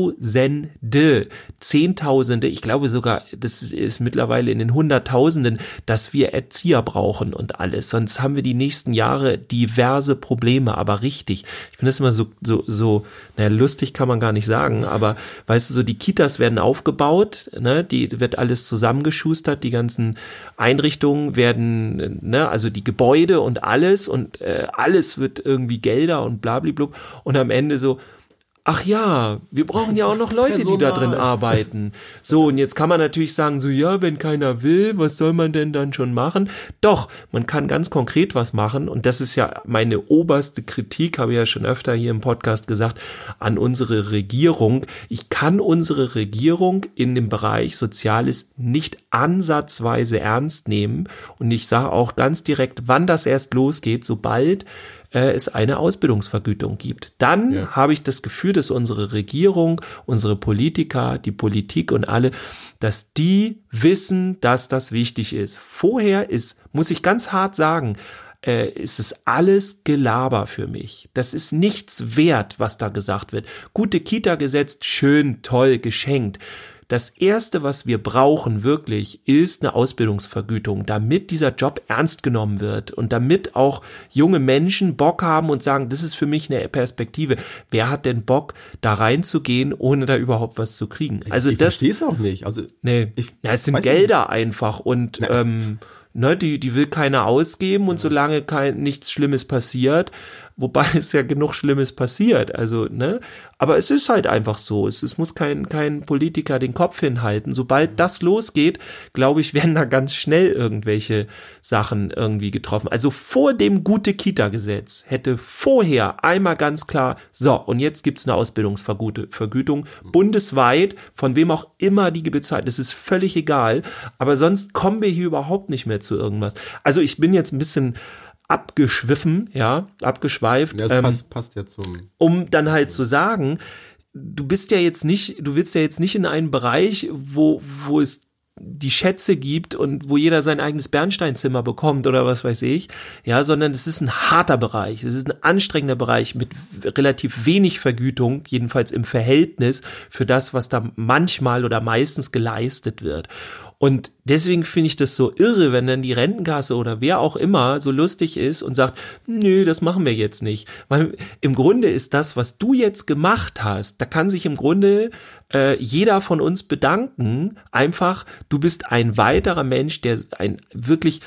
[SPEAKER 2] Tausende, Zehntausende, ich glaube sogar, das ist mittlerweile in den Hunderttausenden, dass wir Erzieher brauchen und alles. Sonst haben wir die nächsten Jahre diverse Probleme, aber richtig. Ich finde das immer so, so, so, naja, lustig kann man gar nicht sagen, aber weißt du, so die Kitas werden aufgebaut, ne, die wird alles zusammengeschustert, die ganzen Einrichtungen werden, ne, also die Gebäude und alles und äh, alles wird irgendwie Gelder und blablabla. Und am Ende so, ach ja, wir brauchen ja auch noch Leute, Personal. die da drin arbeiten. So, und jetzt kann man natürlich sagen, so ja, wenn keiner will, was soll man denn dann schon machen? Doch, man kann ganz konkret was machen und das ist ja meine oberste Kritik, habe ich ja schon öfter hier im Podcast gesagt, an unsere Regierung. Ich kann unsere Regierung in dem Bereich Soziales nicht ansatzweise ernst nehmen und ich sage auch ganz direkt, wann das erst losgeht, sobald es eine Ausbildungsvergütung gibt. Dann ja. habe ich das Gefühl, dass unsere Regierung, unsere Politiker, die Politik und alle, dass die wissen, dass das wichtig ist. Vorher ist, muss ich ganz hart sagen, äh, ist es alles Gelaber für mich. Das ist nichts wert, was da gesagt wird. Gute Kita gesetzt, schön, toll, geschenkt. Das Erste, was wir brauchen wirklich, ist eine Ausbildungsvergütung, damit dieser Job ernst genommen wird und damit auch junge Menschen Bock haben und sagen, das ist für mich eine Perspektive. Wer hat denn Bock, da reinzugehen, ohne da überhaupt was zu kriegen? Also
[SPEAKER 3] ich
[SPEAKER 2] das,
[SPEAKER 3] verstehe es auch nicht. Also
[SPEAKER 2] nee,
[SPEAKER 3] ich,
[SPEAKER 2] ja, es sind Gelder nicht. einfach und ähm, ne, die, die will keiner ausgeben und ja. solange kein nichts Schlimmes passiert, wobei es ja genug Schlimmes passiert, also, ne, aber es ist halt einfach so, es, es muss kein, kein Politiker den Kopf hinhalten, sobald das losgeht, glaube ich, werden da ganz schnell irgendwelche Sachen irgendwie getroffen, also vor dem Gute-Kita-Gesetz hätte vorher einmal ganz klar, so, und jetzt gibt's eine Ausbildungsvergütung, bundesweit, von wem auch immer die bezahlt, das ist völlig egal, aber sonst kommen wir hier überhaupt nicht mehr zu irgendwas, also ich bin jetzt ein bisschen abgeschwiffen, ja, abgeschweift.
[SPEAKER 3] Ja, das ähm, passt, passt ja zum.
[SPEAKER 2] Um dann halt zu sagen, du bist ja jetzt nicht, du willst ja jetzt nicht in einen Bereich, wo, wo es die Schätze gibt und wo jeder sein eigenes Bernsteinzimmer bekommt oder was weiß ich, ja, sondern es ist ein harter Bereich, es ist ein anstrengender Bereich mit relativ wenig Vergütung, jedenfalls im Verhältnis für das, was da manchmal oder meistens geleistet wird. Und deswegen finde ich das so irre, wenn dann die Rentenkasse oder wer auch immer so lustig ist und sagt, nö, das machen wir jetzt nicht. Weil im Grunde ist das, was du jetzt gemacht hast, da kann sich im Grunde äh, jeder von uns bedanken. Einfach, du bist ein weiterer Mensch, der ein wirklich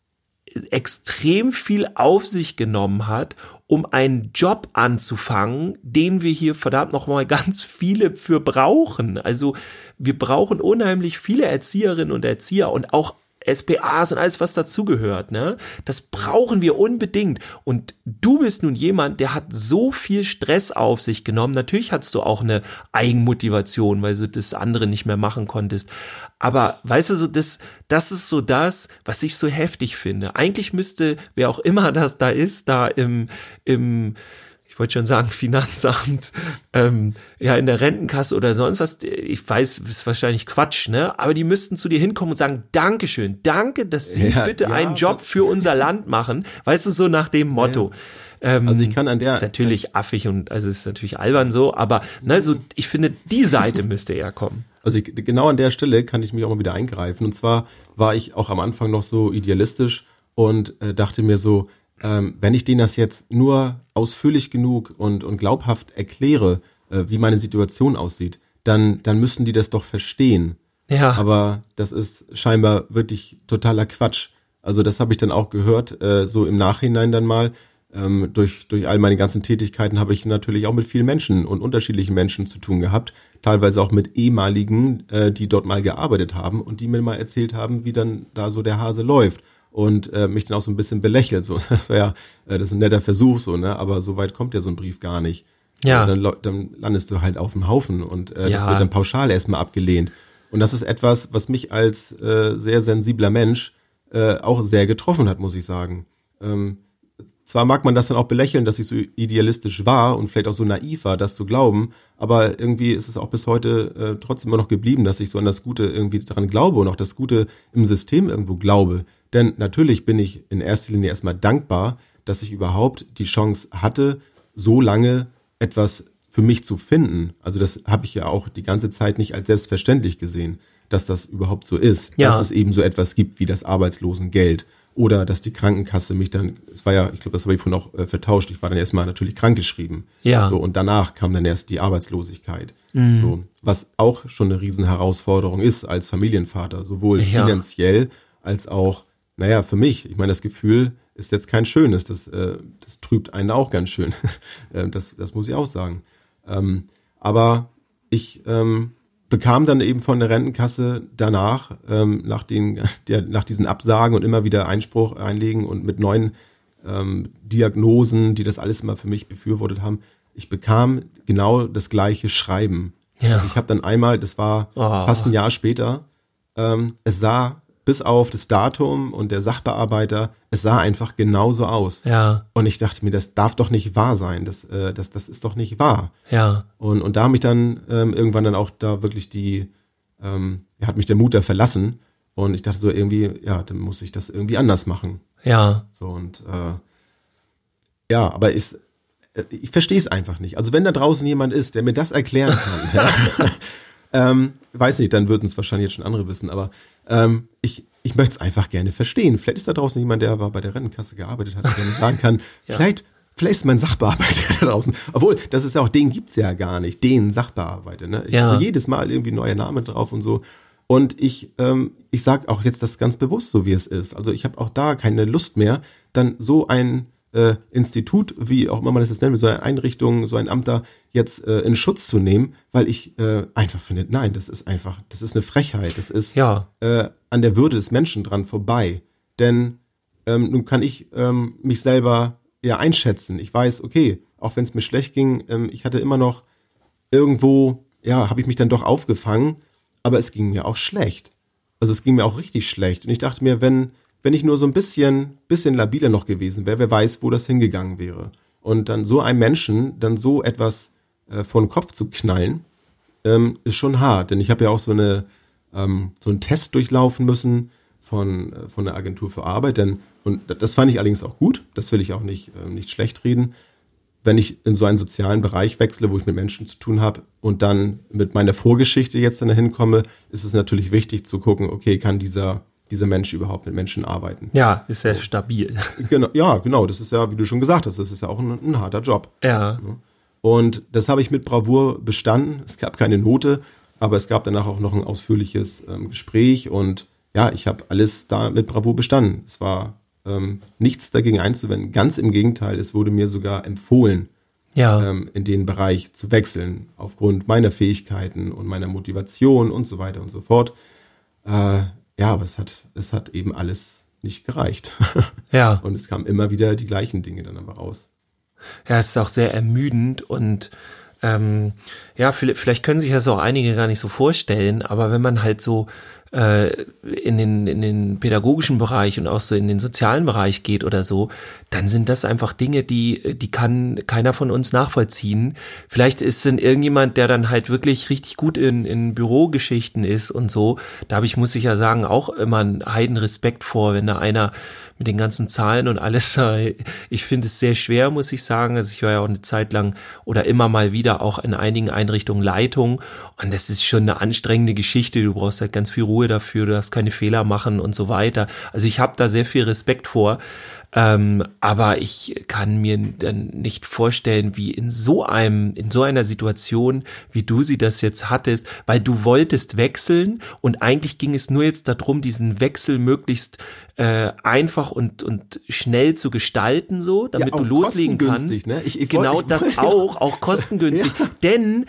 [SPEAKER 2] extrem viel auf sich genommen hat, um einen Job anzufangen, den wir hier verdammt nochmal ganz viele für brauchen. Also wir brauchen unheimlich viele Erzieherinnen und Erzieher und auch S P As und alles, was dazugehört, ne? Das brauchen wir unbedingt. Und du bist nun jemand, der hat so viel Stress auf sich genommen. Natürlich hattest du auch eine Eigenmotivation, weil du das andere nicht mehr machen konntest. Aber weißt du, so das, das ist so das, was ich so heftig finde. Eigentlich müsste, wer auch immer das da ist, da im, im, ich wollte schon sagen Finanzamt, ähm, ja in der Rentenkasse oder sonst was, ich weiß, ist wahrscheinlich Quatsch, ne? Aber die müssten zu dir hinkommen und sagen, Dankeschön, danke, dass Sie ja, bitte ja, einen Job für unser Land machen. Weißt du, so nach dem Motto. Ja. Ähm,
[SPEAKER 3] also ich kann an der...
[SPEAKER 2] Ist natürlich affig und also ist natürlich albern so, aber ne, so, ich finde, die Seite müsste eher kommen.
[SPEAKER 3] Also ich, genau an der Stelle kann ich mich auch mal wieder eingreifen. Und zwar war ich auch am Anfang noch so idealistisch und äh, dachte mir so, ähm, wenn ich denen das jetzt nur ausführlich genug und, und glaubhaft erkläre, äh, wie meine Situation aussieht, dann, dann müssen die das doch verstehen.
[SPEAKER 2] Ja.
[SPEAKER 3] Aber das ist scheinbar wirklich totaler Quatsch. Also das habe ich dann auch gehört, äh, so im Nachhinein dann mal. Ähm, durch, durch all meine ganzen Tätigkeiten habe ich natürlich auch mit vielen Menschen und unterschiedlichen Menschen zu tun gehabt. Teilweise auch mit ehemaligen, äh, die dort mal gearbeitet haben und die mir mal erzählt haben, wie dann da so der Hase läuft. Und äh, mich dann auch so ein bisschen belächelt. So, das war ja, äh, das ist ein netter Versuch, so, ne? Aber so weit kommt ja so ein Brief gar nicht.
[SPEAKER 2] Ja.
[SPEAKER 3] Dann, dann landest du halt auf dem Haufen und äh, das
[SPEAKER 2] Ja.
[SPEAKER 3] wird dann pauschal erstmal abgelehnt. Und das ist etwas, was mich als äh, sehr sensibler Mensch äh, auch sehr getroffen hat, muss ich sagen. Ähm, zwar mag man das dann auch belächeln, dass ich so idealistisch war und vielleicht auch so naiv war, das zu glauben, aber irgendwie ist es auch bis heute äh, trotzdem immer noch geblieben, dass ich so an das Gute irgendwie dran glaube und auch das Gute im System irgendwo glaube. Denn natürlich bin ich in erster Linie erstmal dankbar, dass ich überhaupt die Chance hatte, so lange etwas für mich zu finden. Also das habe ich ja auch die ganze Zeit nicht als selbstverständlich gesehen, dass das überhaupt so ist,
[SPEAKER 2] Ja.
[SPEAKER 3] dass es eben so etwas gibt wie das Arbeitslosengeld oder dass die Krankenkasse mich dann, es war ja, ich glaube, das habe ich vorhin auch äh, vertauscht, ich war dann erstmal natürlich krankgeschrieben.
[SPEAKER 2] Ja.
[SPEAKER 3] So, und danach kam dann erst die Arbeitslosigkeit. Mhm. So, was auch schon eine Riesenherausforderung ist als Familienvater, sowohl
[SPEAKER 2] Ja.
[SPEAKER 3] finanziell als auch, naja, für mich. Ich meine, das Gefühl ist jetzt kein schönes, das, äh, das trübt einen auch ganz schön. das, das muss ich auch sagen. Ähm, aber ich ähm, bekam dann eben von der Rentenkasse danach, ähm, nach, den, der, nach diesen Absagen und immer wieder Einspruch einlegen und mit neuen ähm, Diagnosen, die das alles immer für mich befürwortet haben, ich bekam genau das gleiche Schreiben.
[SPEAKER 2] Ja.
[SPEAKER 3] Also ich habe dann einmal, das war
[SPEAKER 2] Oh.
[SPEAKER 3] fast ein Jahr später, ähm, es sah bis auf das Datum und der Sachbearbeiter, es sah einfach genauso aus.
[SPEAKER 2] Ja,
[SPEAKER 3] Und ich dachte mir, das darf doch nicht wahr sein, das, äh, das, das ist doch nicht wahr.
[SPEAKER 2] ja,
[SPEAKER 3] Und, und da hat mich dann ähm, irgendwann dann auch da wirklich die, ähm, hat mich der Mut da verlassen. Und ich dachte so irgendwie, ja, dann muss ich das irgendwie anders machen.
[SPEAKER 2] ja,
[SPEAKER 3] So und äh, ja, aber ich, äh, ich verstehe es einfach nicht. Also wenn da draußen jemand ist, der mir das erklären kann, ja, ähm, weiß nicht, dann würden es wahrscheinlich jetzt schon andere wissen, aber ähm, ich, ich möchte es einfach gerne verstehen. Vielleicht ist da draußen jemand, der aber bei der Rentenkasse gearbeitet hat, der mir sagen kann,
[SPEAKER 2] Ja.
[SPEAKER 3] vielleicht, vielleicht ist mein Sachbearbeiter da draußen. Obwohl, das ist ja auch, den gibt's ja gar nicht, den Sachbearbeiter. Ne? Ich
[SPEAKER 2] Ja.
[SPEAKER 3] sehe jedes Mal irgendwie ein neuer Name drauf und so. Und ich, ähm, ich sage auch jetzt das ganz bewusst, so wie es ist. Also ich habe auch da keine Lust mehr, dann so ein äh, Institut, wie auch immer man das jetzt nennen will, so eine Einrichtung, so ein Amt da jetzt äh, in Schutz zu nehmen, weil ich äh, einfach finde, nein, das ist einfach, das ist eine Frechheit, das ist
[SPEAKER 2] ja,
[SPEAKER 3] äh, an der Würde des Menschen dran vorbei. Denn ähm, nun kann ich ähm, mich selber ja einschätzen. Ich weiß, okay, auch wenn es mir schlecht ging, ähm, ich hatte immer noch irgendwo, ja, habe ich mich dann doch aufgefangen, aber es ging mir auch schlecht. Also es ging mir auch richtig schlecht. Und ich dachte mir, wenn, wenn ich nur so ein bisschen, bisschen labiler noch gewesen wäre, wer weiß, wo das hingegangen wäre. Und dann so einem Menschen dann so etwas äh, vor den Kopf zu knallen, ähm, ist schon hart. Denn ich habe ja auch so eine ähm, so einen Test durchlaufen müssen von äh, von der Agentur für Arbeit. Denn und das fand ich allerdings auch gut. Das will ich auch nicht äh, nicht schlecht reden. Wenn ich in so einen sozialen Bereich wechsle, wo ich mit Menschen zu tun habe und dann mit meiner Vorgeschichte jetzt dann dahin komme, ist es natürlich wichtig zu gucken, okay, kann dieser dieser Mensch überhaupt mit Menschen arbeiten?
[SPEAKER 2] ja, ist sehr stabil.
[SPEAKER 3] Genau, ja, genau. Das ist ja, wie du schon gesagt hast, das ist ja auch ein, ein harter Job.
[SPEAKER 2] Ja,
[SPEAKER 3] Und das habe ich mit Bravour bestanden. Es gab keine Note, aber es gab danach auch noch ein ausführliches ähm, Gespräch und ja, ich habe alles da mit Bravour bestanden. Es war ähm, nichts dagegen einzuwenden. Ganz im Gegenteil, es wurde mir sogar empfohlen,
[SPEAKER 2] ja,
[SPEAKER 3] ähm, in den Bereich zu wechseln, aufgrund meiner Fähigkeiten und meiner Motivation und so weiter und so fort. Äh, ja, aber es hat, es hat eben alles nicht gereicht.
[SPEAKER 2] ja.
[SPEAKER 3] Und es kamen immer wieder die gleichen Dinge dann aber raus.
[SPEAKER 2] Ja, es ist auch sehr ermüdend und ähm, ja, vielleicht, vielleicht können sich das auch einige gar nicht so vorstellen, aber wenn man halt so äh, in den, in den pädagogischen Bereich und auch so in den sozialen Bereich geht oder so, dann sind das einfach Dinge, die, die kann keiner von uns nachvollziehen. Vielleicht ist es irgendjemand, der dann halt wirklich richtig gut in, in Bürogeschichten ist und so. Da habe ich, muss ich ja sagen, auch immer einen heiden Respekt vor, wenn da einer mit den ganzen Zahlen und alles, ich finde es sehr schwer, muss ich sagen. Also ich war ja auch eine Zeit lang oder immer mal wieder auch in einigen Einrichtungen Leitung und das ist schon eine anstrengende Geschichte. Du brauchst halt ganz viel Ruhe dafür, du darfst keine Fehler machen und so weiter. Also ich habe da sehr viel Respekt vor. Ähm, aber ich kann mir dann nicht vorstellen, wie in so einem, in so einer Situation, wie du sie das jetzt hattest, weil du wolltest wechseln und eigentlich ging es nur jetzt darum, diesen Wechsel möglichst äh, einfach und und schnell zu gestalten, so, damit
[SPEAKER 3] Ja,
[SPEAKER 2] du
[SPEAKER 3] auch
[SPEAKER 2] loslegen
[SPEAKER 3] kostengünstig,
[SPEAKER 2] kannst.
[SPEAKER 3] ne? Ich- ich
[SPEAKER 2] genau
[SPEAKER 3] wollt- ich
[SPEAKER 2] das
[SPEAKER 3] wollt-
[SPEAKER 2] auch, auch kostengünstig,
[SPEAKER 3] Ja.
[SPEAKER 2] denn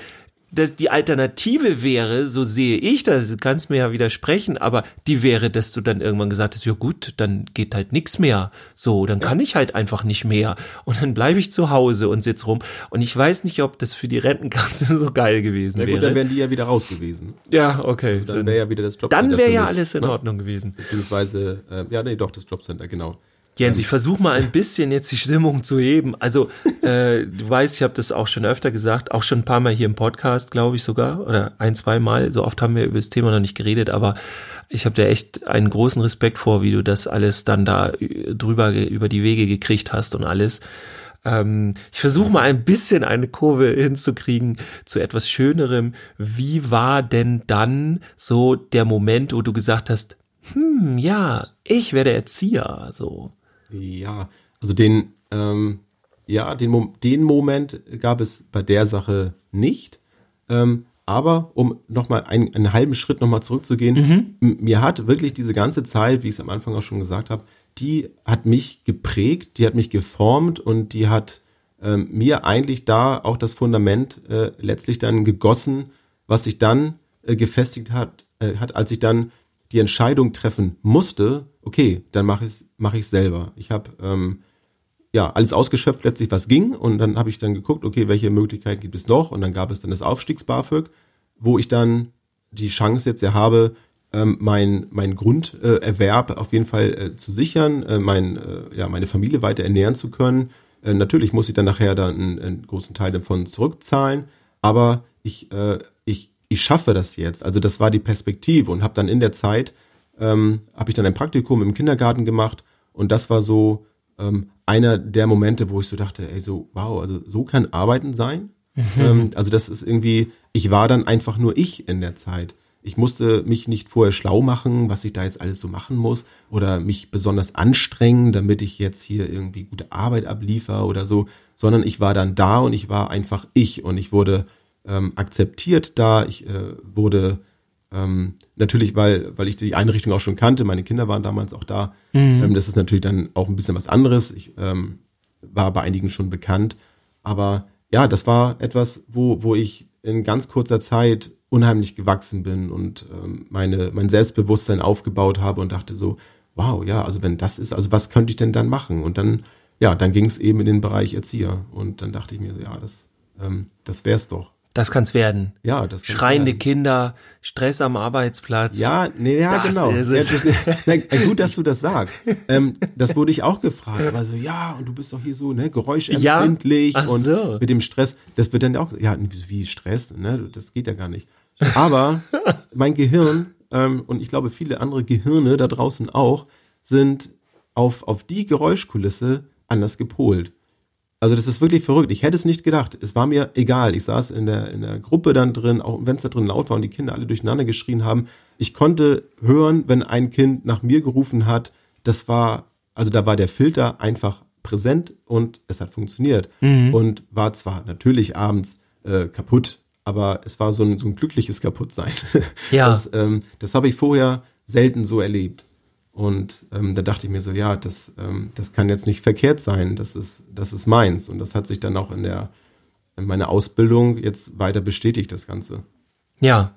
[SPEAKER 2] das, die Alternative wäre, so sehe ich das, du kannst mir ja widersprechen, aber die wäre, dass du dann irgendwann gesagt hast, ja gut, dann geht halt nichts mehr. So, dann kann ich halt einfach nicht mehr. Und dann bleibe ich zu Hause und sitz rum. Und ich weiß nicht, ob das für die Rentenkasse so geil gewesen
[SPEAKER 3] ja,
[SPEAKER 2] wäre.
[SPEAKER 3] Gut, dann wären die ja wieder raus gewesen.
[SPEAKER 2] Ja, okay.
[SPEAKER 3] Also dann wäre ja wieder das Jobcenter.
[SPEAKER 2] Dann wäre ja
[SPEAKER 3] mich,
[SPEAKER 2] alles in
[SPEAKER 3] ne?
[SPEAKER 2] Ordnung gewesen.
[SPEAKER 3] Beziehungsweise, äh, ja, nee, doch, das Jobcenter, genau.
[SPEAKER 2] Jens, ich versuche mal ein bisschen jetzt die Stimmung zu heben. Also, äh, du weißt, ich habe das auch schon öfter gesagt, auch schon ein paar Mal hier im Podcast, glaube ich sogar, oder ein, zwei Mal. So oft haben wir über das Thema noch nicht geredet, aber ich habe da echt einen großen Respekt vor, wie du das alles dann da drüber, über die Wege gekriegt hast und alles. Ähm, ich versuche mal ein bisschen eine Kurve hinzukriegen zu etwas Schönerem. Wie war denn dann so der Moment, wo du gesagt hast, hm, ja, ich werde Erzieher, so.
[SPEAKER 3] Ja, also den, ähm, ja, den, Mo- den Moment gab es bei der Sache nicht. Ähm, aber um nochmal einen, einen halben Schritt nochmal zurückzugehen, mhm. m- mir hat wirklich diese ganze Zeit, wie ich es am Anfang auch schon gesagt habe, die hat mich geprägt, die hat mich geformt und die hat ähm, mir eigentlich da auch das Fundament äh, letztlich dann gegossen, was sich dann äh, gefestigt hat, äh, hat, als ich dann die Entscheidung treffen musste, okay, dann mache ich es mach ich selber. Ich habe ähm, ja alles ausgeschöpft, letztlich was ging und dann habe ich dann geguckt, okay, welche Möglichkeiten gibt es noch und dann gab es dann das Aufstiegs-BAföG, wo ich dann die Chance jetzt ja habe, ähm, mein mein Grunderwerb äh, auf jeden Fall äh, zu sichern, äh, mein äh, ja meine Familie weiter ernähren zu können. Äh, natürlich muss ich dann nachher dann einen, einen großen Teil davon zurückzahlen, aber ich äh, ich ich schaffe das jetzt. Also das war die Perspektive und habe dann in der Zeit, ähm, habe ich dann ein Praktikum im Kindergarten gemacht und das war so ähm, einer der Momente, wo ich so dachte, ey, so wow, also so kann Arbeiten sein. Mhm. Ähm, also das ist irgendwie, ich war dann einfach nur ich in der Zeit. Ich musste mich nicht vorher schlau machen, was ich da jetzt alles so machen muss oder mich besonders anstrengen, damit ich jetzt hier irgendwie gute Arbeit abliefere oder so, sondern ich war dann da und ich war einfach ich und ich wurde Ähm, akzeptiert da. Ich äh, wurde ähm, natürlich, weil weil ich die Einrichtung auch schon kannte, meine Kinder waren damals auch da. Mhm. Ähm, das ist natürlich dann auch ein bisschen was anderes. Ich ähm, war bei einigen schon bekannt. Aber ja, das war etwas, wo wo ich in ganz kurzer Zeit unheimlich gewachsen bin und ähm, meine mein Selbstbewusstsein aufgebaut habe und dachte so, wow, ja, also wenn das ist, also was könnte ich denn dann machen? Und dann, ja, dann ging es eben in den Bereich Erzieher. Und dann dachte ich mir, ja, das, ähm, das wär's doch.
[SPEAKER 2] Das kann's werden.
[SPEAKER 3] Ja, das kann's
[SPEAKER 2] Schreiende
[SPEAKER 3] werden.
[SPEAKER 2] Kinder, Stress am Arbeitsplatz.
[SPEAKER 3] Ja, nee, ja,
[SPEAKER 2] das
[SPEAKER 3] genau.
[SPEAKER 2] Ist es.
[SPEAKER 3] Ja, das, na, gut, dass du das sagst. Ähm, das wurde ich auch gefragt. Aber so, ja, und du bist doch hier so, ne, geräuschempfindlich
[SPEAKER 2] ja? Ach
[SPEAKER 3] und
[SPEAKER 2] so.
[SPEAKER 3] mit dem Stress. Das wird dann auch, ja, wie Stress, ne, das geht ja gar nicht. Aber mein Gehirn, ähm, und ich glaube viele andere Gehirne da draußen auch, sind auf, auf die Geräuschkulisse anders gepolt. Also das ist wirklich verrückt. Ich hätte es nicht gedacht. Es war mir egal. Ich saß in der, in der Gruppe dann drin, auch wenn es da drin laut war und die Kinder alle durcheinander geschrien haben. Ich konnte hören, wenn ein Kind nach mir gerufen hat. Das war, also da war der Filter einfach präsent und es hat funktioniert. Mhm. Und war zwar natürlich abends äh, kaputt, aber es war so ein, so ein glückliches Kaputtsein.
[SPEAKER 2] Ja.
[SPEAKER 3] Das, ähm, das habe ich vorher selten so erlebt. Und ähm, da dachte ich mir so, ja, das, ähm, das kann jetzt nicht verkehrt sein, das ist, das ist meins. Und das hat sich dann auch in der in meiner Ausbildung jetzt weiter bestätigt, das Ganze.
[SPEAKER 2] Ja.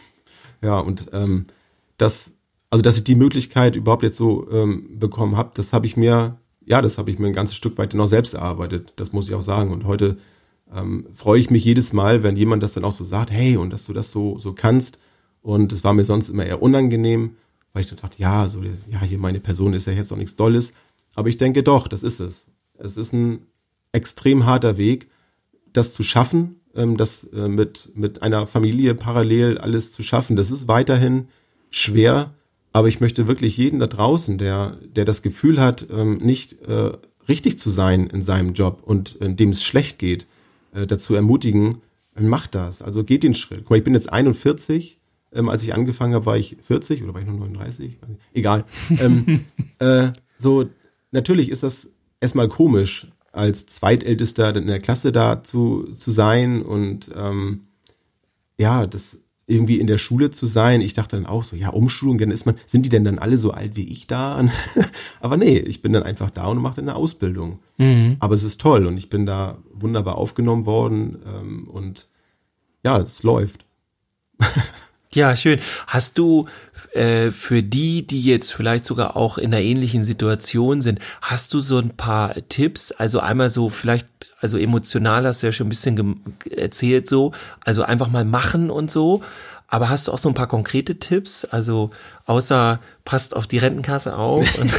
[SPEAKER 3] Ja, und ähm, das, also dass ich die Möglichkeit überhaupt jetzt so ähm, bekommen habe, das habe ich mir, ja, das habe ich mir ein ganzes Stück weit noch selbst erarbeitet, das muss ich auch sagen. Und heute ähm, freue ich mich jedes Mal, wenn jemand das dann auch so sagt, hey, und dass du das so, so kannst. Und das war mir sonst immer eher unangenehm, weil ich dann dachte, ja, so, ja, hier meine Person ist ja jetzt auch nichts Dolles. Aber ich denke doch, das ist es. Es ist ein extrem harter Weg, das zu schaffen, ähm, das äh, mit, mit einer Familie parallel alles zu schaffen. Das ist weiterhin schwer, aber ich möchte wirklich jeden da draußen, der, der das Gefühl hat, ähm, nicht äh, richtig zu sein in seinem Job und in dem es schlecht geht, äh, dazu ermutigen, macht das. Also geht den Schritt. Guck mal, ich bin jetzt einundvierzig. Ähm, als ich angefangen habe, war ich vierzig oder war ich noch neununddreißig? Egal. ähm, äh, so, natürlich ist das erstmal komisch, als Zweitältester in der Klasse da zu, zu sein und ähm, ja, das irgendwie in der Schule zu sein. Ich dachte dann auch so, ja, Umschulung, dann ist man, sind die denn dann alle so alt wie ich da? Aber nee, ich bin dann einfach da und mache dann eine Ausbildung. Mhm. Aber es ist toll und ich bin da wunderbar aufgenommen worden ähm, und ja, es läuft.
[SPEAKER 2] Ja, schön. Hast du äh, für die, die jetzt vielleicht sogar auch in einer ähnlichen Situation sind, hast du so ein paar Tipps? Also einmal so vielleicht, also emotional hast du ja schon ein bisschen gem- erzählt so, also einfach mal machen und so. Aber hast du auch so ein paar konkrete Tipps? Also außer passt auf die Rentenkasse auf. Und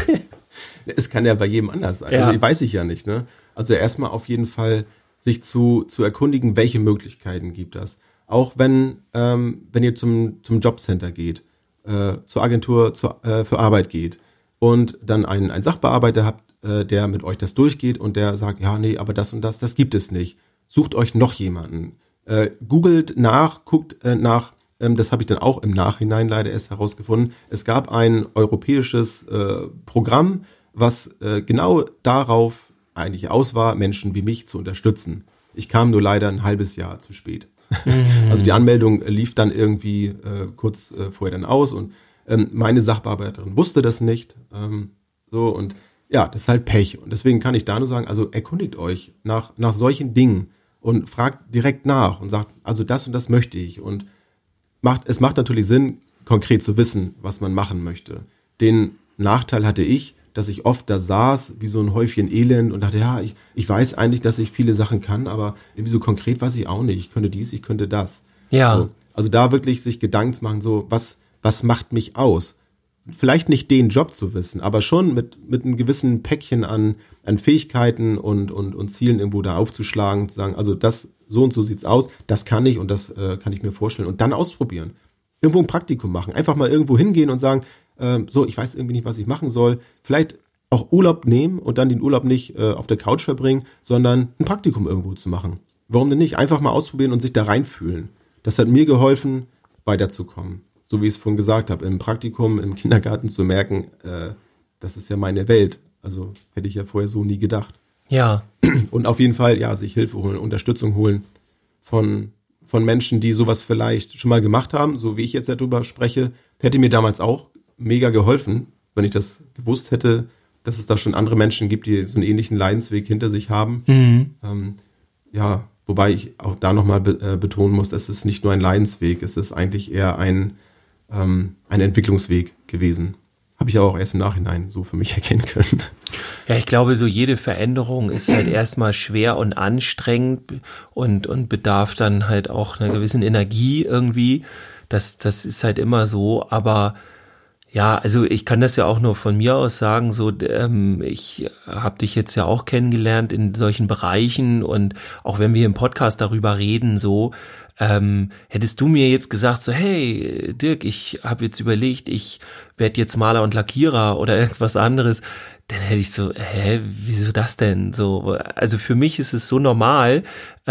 [SPEAKER 3] Es kann ja bei jedem anders sein.
[SPEAKER 2] Ja.
[SPEAKER 3] Also ich weiß ich ja nicht. Ne? Also erstmal auf jeden Fall sich zu, zu erkundigen, welche Möglichkeiten gibt es. Auch wenn, ähm, wenn ihr zum, zum Jobcenter geht, äh, zur Agentur zur, äh, für Arbeit geht und dann einen, einen Sachbearbeiter habt, äh, der mit euch das durchgeht und der sagt, ja, nee, aber das und das, das gibt es nicht. Sucht euch noch jemanden. Äh, googelt nach, guckt äh, nach, ähm, das habe ich dann auch im Nachhinein leider erst herausgefunden. Es gab ein europäisches äh, Programm, was äh, genau darauf eigentlich aus war, Menschen wie mich zu unterstützen. Ich kam nur leider ein halbes Jahr zu spät. Also die Anmeldung lief dann irgendwie äh, kurz äh, vorher dann aus und ähm, meine Sachbearbeiterin wusste das nicht. Ähm, so und ja, das ist halt Pech. Und deswegen kann ich da nur sagen, also erkundigt euch nach, nach solchen Dingen und fragt direkt nach und sagt, also das und das möchte ich. Und macht, es macht natürlich Sinn, konkret zu wissen, was man machen möchte. Den Nachteil hatte ich, dass ich oft da saß, wie so ein Häufchen Elend und dachte, ja, ich, ich weiß eigentlich, dass ich viele Sachen kann, aber irgendwie so konkret weiß ich auch nicht. Ich könnte dies, ich könnte das.
[SPEAKER 2] ja,
[SPEAKER 3] So, also da wirklich sich Gedanken zu machen, so, was, was macht mich aus? Vielleicht nicht den Job zu wissen, aber schon mit, mit einem gewissen Päckchen an, an Fähigkeiten und, und, und Zielen irgendwo da aufzuschlagen, zu sagen, also das, so und so sieht's aus, das kann ich und das äh, kann ich mir vorstellen und dann ausprobieren. Irgendwo ein Praktikum machen, einfach mal irgendwo hingehen und sagen, so, ich weiß irgendwie nicht, was ich machen soll. Vielleicht auch Urlaub nehmen und dann den Urlaub nicht äh, auf der Couch verbringen, sondern ein Praktikum irgendwo zu machen. Warum denn nicht? Einfach mal ausprobieren und sich da reinfühlen. Das hat mir geholfen, weiterzukommen. So wie ich es vorhin gesagt habe, im Praktikum, im Kindergarten zu merken, äh, das ist ja meine Welt. Also hätte ich ja vorher so nie gedacht.
[SPEAKER 2] ja,
[SPEAKER 3] Und auf jeden Fall, ja, sich Hilfe holen, Unterstützung holen von, von Menschen, die sowas vielleicht schon mal gemacht haben, so wie ich jetzt darüber spreche, hätte mir damals auch mega geholfen, wenn ich das gewusst hätte, dass es da schon andere Menschen gibt, die so einen ähnlichen Leidensweg hinter sich haben.
[SPEAKER 2] mhm.
[SPEAKER 3] Ähm, ja, wobei ich auch da nochmal be- äh, betonen muss, es ist nicht nur ein Leidensweg, es ist eigentlich eher ein, ähm, ein Entwicklungsweg gewesen. Habe ich aber auch erst im Nachhinein so für mich erkennen können.
[SPEAKER 2] Ja, ich glaube, so jede Veränderung ist halt erstmal schwer und anstrengend und, und bedarf dann halt auch einer gewissen Energie irgendwie. Das, das ist halt immer so, aber ja, also ich kann das ja auch nur von mir aus sagen, so ähm, ich habe dich jetzt ja auch kennengelernt in solchen Bereichen und auch wenn wir im Podcast darüber reden, so ähm, hättest du mir jetzt gesagt, so hey Dirk, ich habe jetzt überlegt, ich werde jetzt Maler und Lackierer oder irgendwas anderes, dann hätte ich so, hä, wieso das denn? So, also für mich ist es so normal,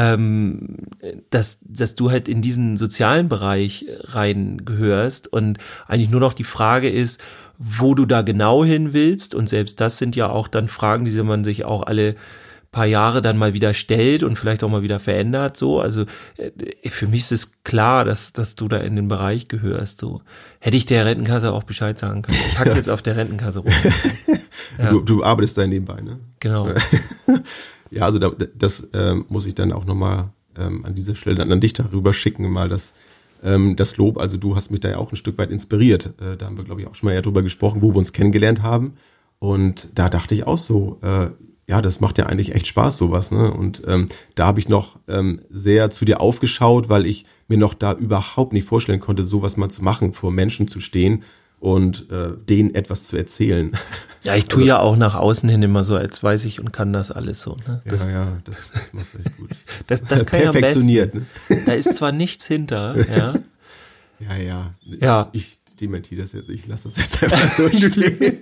[SPEAKER 2] ähm, dass dass du halt in diesen sozialen Bereich reingehörst und eigentlich nur noch die Frage ist, wo du da genau hin willst und selbst das sind ja auch dann Fragen, die man sich auch alle paar Jahre dann mal wieder stellt und vielleicht auch mal wieder verändert, so, also äh, für mich ist es klar, dass dass du da in den Bereich gehörst, so. Hätte ich der Rentenkasse auch Bescheid sagen können. Ich hack jetzt auf der Rentenkasse rum. Ja.
[SPEAKER 3] Du, du arbeitest da nebenbei, ne?
[SPEAKER 2] Genau.
[SPEAKER 3] Ja, also da, das ähm, muss ich dann auch nochmal ähm, an dieser Stelle dann an dich darüber schicken, mal das, ähm, das Lob. Also du hast mich da ja auch ein Stück weit inspiriert. Äh, da haben wir, glaube ich, auch schon mal ja drüber gesprochen, wo wir uns kennengelernt haben. Und da dachte ich auch so, äh, ja, das macht ja eigentlich echt Spaß, sowas, ne? Und ähm, da habe ich noch ähm, sehr zu dir aufgeschaut, weil ich mir noch da überhaupt nicht vorstellen konnte, sowas mal zu machen, vor Menschen zu stehen und äh, denen etwas zu erzählen.
[SPEAKER 2] Ja, ich tue
[SPEAKER 3] Also,
[SPEAKER 2] ja auch nach außen hin immer so, als weiß ich und kann das alles so. Ne? Das,
[SPEAKER 3] ja, ja, das, das machst du echt gut.
[SPEAKER 2] das, das kann ich am
[SPEAKER 3] Perfektioniert,
[SPEAKER 2] besten.
[SPEAKER 3] ne?
[SPEAKER 2] Da ist zwar nichts hinter, ja.
[SPEAKER 3] Ja, ja.
[SPEAKER 2] Ja.
[SPEAKER 3] Ich dementiere das jetzt, ich lasse das jetzt einfach so stehen.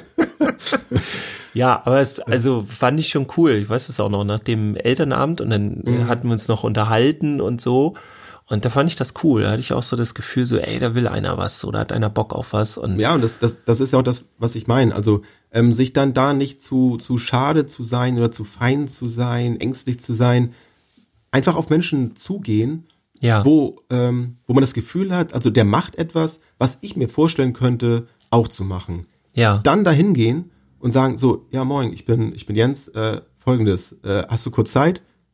[SPEAKER 2] Ja, aber es, also fand ich schon cool. Ich weiß es auch noch, nach dem Elternabend und dann mhm. hatten wir uns noch unterhalten und so. Und da fand ich das cool. Da hatte ich auch so das Gefühl, so, ey, da will einer was oder hat einer Bock auf was. Und
[SPEAKER 3] ja, und das, das, das ist ja auch das, was ich meine. Also ähm, sich dann da nicht zu, zu schade zu sein oder zu fein zu sein, ängstlich zu sein, einfach auf Menschen zugehen,
[SPEAKER 2] ja.
[SPEAKER 3] wo, ähm, wo man das Gefühl hat, also der macht etwas, was ich mir vorstellen könnte, auch zu machen.
[SPEAKER 2] Ja.
[SPEAKER 3] Dann dahin gehen und sagen so, ja moin, ich bin, ich bin Jens, äh, folgendes, äh, hast du kurz Zeit?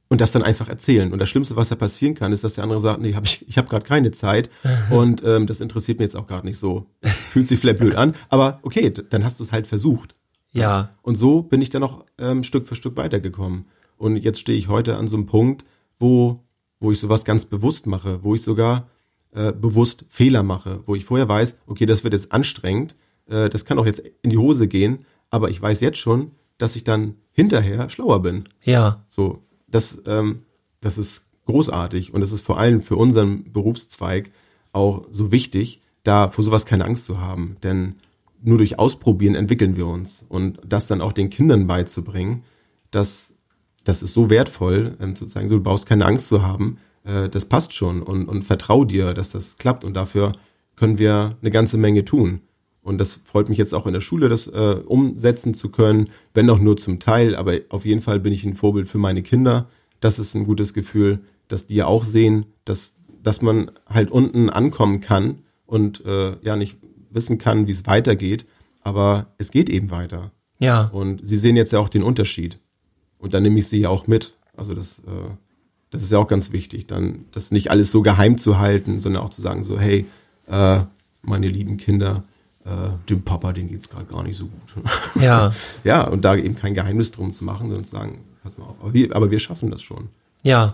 [SPEAKER 3] und das dann einfach erzählen. Und das Schlimmste, was ja passieren kann, ist, dass der andere sagt, nee, hab ich, ich habe gerade keine Zeit und ähm, das interessiert mich jetzt auch gerade nicht so. Fühlt sich vielleicht blöd an, aber okay, dann hast du es halt versucht.
[SPEAKER 2] Ja.
[SPEAKER 3] Und so bin ich dann noch ähm, Stück für Stück weitergekommen. Und jetzt stehe ich heute an so einem Punkt, wo, wo ich sowas ganz bewusst mache, wo ich sogar äh, bewusst Fehler mache, wo ich vorher weiß, okay, das wird jetzt anstrengend, äh, das kann auch jetzt in die Hose gehen, aber ich weiß jetzt schon, dass ich dann hinterher schlauer bin.
[SPEAKER 2] Ja.
[SPEAKER 3] So, das, ähm, das ist großartig und es ist vor allem für unseren Berufszweig auch so wichtig, da vor sowas keine Angst zu haben, denn nur durch Ausprobieren entwickeln wir uns und das dann auch den Kindern beizubringen, das, das ist so wertvoll, ähm, zu sagen, so, du brauchst keine Angst zu haben, äh, das passt schon und, und vertrau dir, dass das klappt und dafür können wir eine ganze Menge tun. Und das freut mich jetzt auch in der Schule, das äh, umsetzen zu können, wenn auch nur zum Teil, aber auf jeden Fall bin ich ein Vorbild für meine Kinder. Das ist ein gutes Gefühl, dass die ja auch sehen, dass, dass man halt unten ankommen kann und äh, ja nicht wissen kann, wie es weitergeht, aber es geht eben weiter.
[SPEAKER 2] Ja.
[SPEAKER 3] Und sie sehen jetzt ja auch den Unterschied. Und dann nehme ich sie ja auch mit. Also das, äh, das ist ja auch ganz wichtig, dann das nicht alles so geheim zu halten, sondern auch zu sagen so, hey, äh, meine lieben Kinder, äh, dem Papa, den geht's gerade gar nicht so gut.
[SPEAKER 2] Ja.
[SPEAKER 3] Ja, und da eben kein Geheimnis drum zu machen, sondern zu sagen, pass mal auf, aber wir, aber wir schaffen das schon.
[SPEAKER 2] Ja.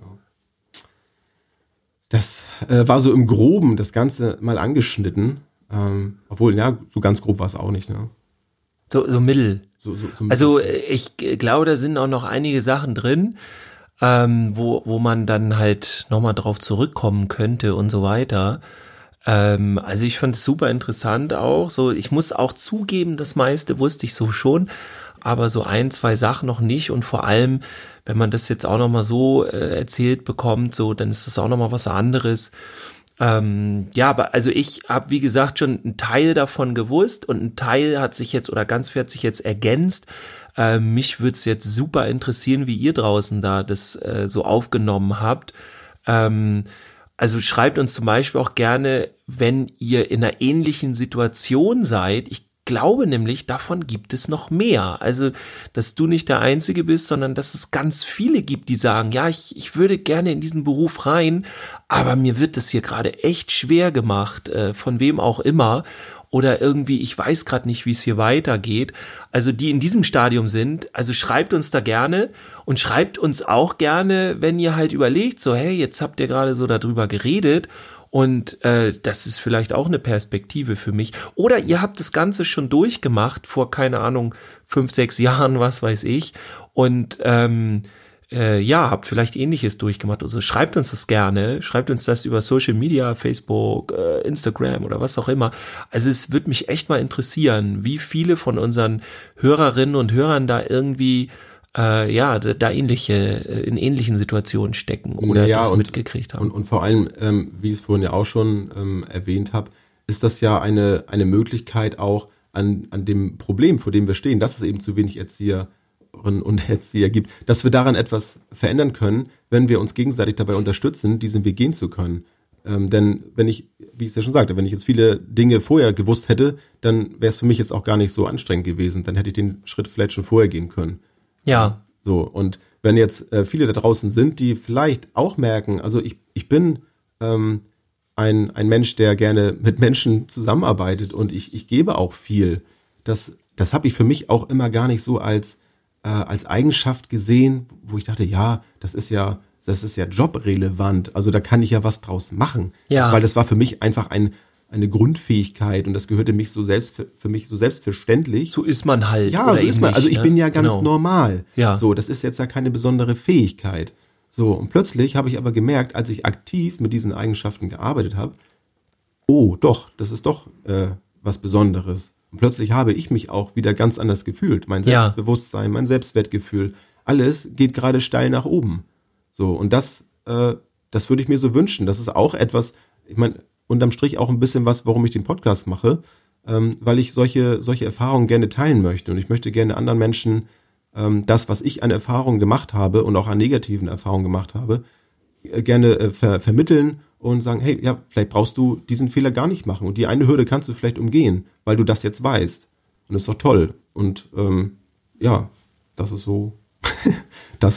[SPEAKER 3] Das äh, war so im Groben das Ganze mal angeschnitten. Ähm, obwohl, ja, so ganz grob war es auch nicht, ne?
[SPEAKER 2] So, so mittel.
[SPEAKER 3] So, so, so
[SPEAKER 2] Also ich glaube, da sind auch noch einige Sachen drin, ähm, wo, wo man dann halt nochmal drauf zurückkommen könnte und so weiter. Ähm, also ich fand es super interessant auch. So, ich muss auch zugeben, das meiste wusste ich so schon, aber so ein, zwei Sachen noch nicht. Und vor allem, wenn man das jetzt auch nochmal so äh, erzählt bekommt, so, dann ist das auch nochmal was anderes. Ähm, ja, aber also ich habe, wie gesagt, schon einen Teil davon gewusst und ein Teil hat sich jetzt oder ganz viel hat sich jetzt ergänzt. Äh, mich würde es jetzt super interessieren, wie ihr draußen da das äh, so aufgenommen habt. Ähm, also schreibt uns zum Beispiel auch gerne, wenn ihr in einer ähnlichen Situation seid. Ich glaube nämlich, davon gibt es noch mehr. Also, dass du nicht der Einzige bist, sondern dass es ganz viele gibt, die sagen, ja, ich, ich würde gerne in diesen Beruf rein, aber mir wird das hier gerade echt schwer gemacht, äh, von wem auch immer. Oder irgendwie, ich weiß gerade nicht, wie es hier weitergeht. Also die in diesem Stadium sind, also schreibt uns da gerne und schreibt uns auch gerne, wenn ihr halt überlegt, so hey, jetzt habt ihr gerade so darüber geredet und äh, das ist vielleicht auch eine Perspektive für mich. Oder ihr habt das Ganze schon durchgemacht vor, keine Ahnung, fünf, sechs Jahren, was weiß ich. Und ähm, äh, ja, habt vielleicht Ähnliches durchgemacht. Also schreibt uns das gerne. Schreibt uns das über Social Media, Facebook, äh, Instagram oder was auch immer. Also es würde mich echt mal interessieren, wie viele von unseren Hörerinnen und Hörern da irgendwie Äh, ja, da, da ähnliche, in ähnlichen Situationen stecken oder
[SPEAKER 3] ja,
[SPEAKER 2] das
[SPEAKER 3] und,
[SPEAKER 2] mitgekriegt haben.
[SPEAKER 3] Und, und vor allem, ähm, wie ich es vorhin ja auch schon ähm, erwähnt habe, ist das ja eine, eine Möglichkeit auch an, an dem Problem, vor dem wir stehen, dass es eben zu wenig Erzieherinnen und Erzieher gibt, dass wir daran etwas verändern können, wenn wir uns gegenseitig dabei unterstützen, diesen Weg gehen zu können. Ähm, denn wenn ich, wie ich es ja schon sagte, wenn ich jetzt viele Dinge vorher gewusst hätte, dann wäre es für mich jetzt auch gar nicht so anstrengend gewesen. Dann hätte ich den Schritt vielleicht schon vorher gehen können.
[SPEAKER 2] Ja.
[SPEAKER 3] So, und wenn jetzt äh, viele da draußen sind, die vielleicht auch merken, also ich, ich bin ähm, ein, ein Mensch, der gerne mit Menschen zusammenarbeitet und ich, ich gebe auch viel. Das, das habe ich für mich auch immer gar nicht so als, äh, als Eigenschaft gesehen, wo ich dachte, ja, das ist ja, das ist ja jobrelevant, also da kann ich ja was draus machen.
[SPEAKER 2] Ja.
[SPEAKER 3] Weil das war für mich einfach ein eine Grundfähigkeit und das gehörte mich so selbst für, für mich so selbstverständlich.
[SPEAKER 2] So ist man halt.
[SPEAKER 3] Ja, so ist man.
[SPEAKER 2] Nicht,
[SPEAKER 3] also ich
[SPEAKER 2] ne?
[SPEAKER 3] bin ja ganz
[SPEAKER 2] genau.
[SPEAKER 3] normal.
[SPEAKER 2] Ja.
[SPEAKER 3] So, das ist jetzt ja keine besondere Fähigkeit. So, und plötzlich habe ich aber gemerkt, als ich aktiv mit diesen Eigenschaften gearbeitet habe, oh, doch, das ist doch äh, was Besonderes. Und plötzlich habe ich mich auch wieder ganz anders gefühlt. Mein
[SPEAKER 2] Ja.
[SPEAKER 3] Selbstbewusstsein, mein Selbstwertgefühl, alles geht gerade steil nach oben. So, und das, äh, das würde ich mir so wünschen. Das ist auch etwas, ich meine, unterm Strich auch ein bisschen was, warum ich den Podcast mache, ähm, weil ich solche solche Erfahrungen gerne teilen möchte und ich möchte gerne anderen Menschen ähm, das, was ich an Erfahrungen gemacht habe und auch an negativen Erfahrungen gemacht habe, äh, gerne äh, ver- vermitteln und sagen, hey, ja, vielleicht brauchst du diesen Fehler gar nicht machen und die eine Hürde kannst du vielleicht umgehen, weil du das jetzt weißt und das ist doch toll und ähm, ja, das ist so das,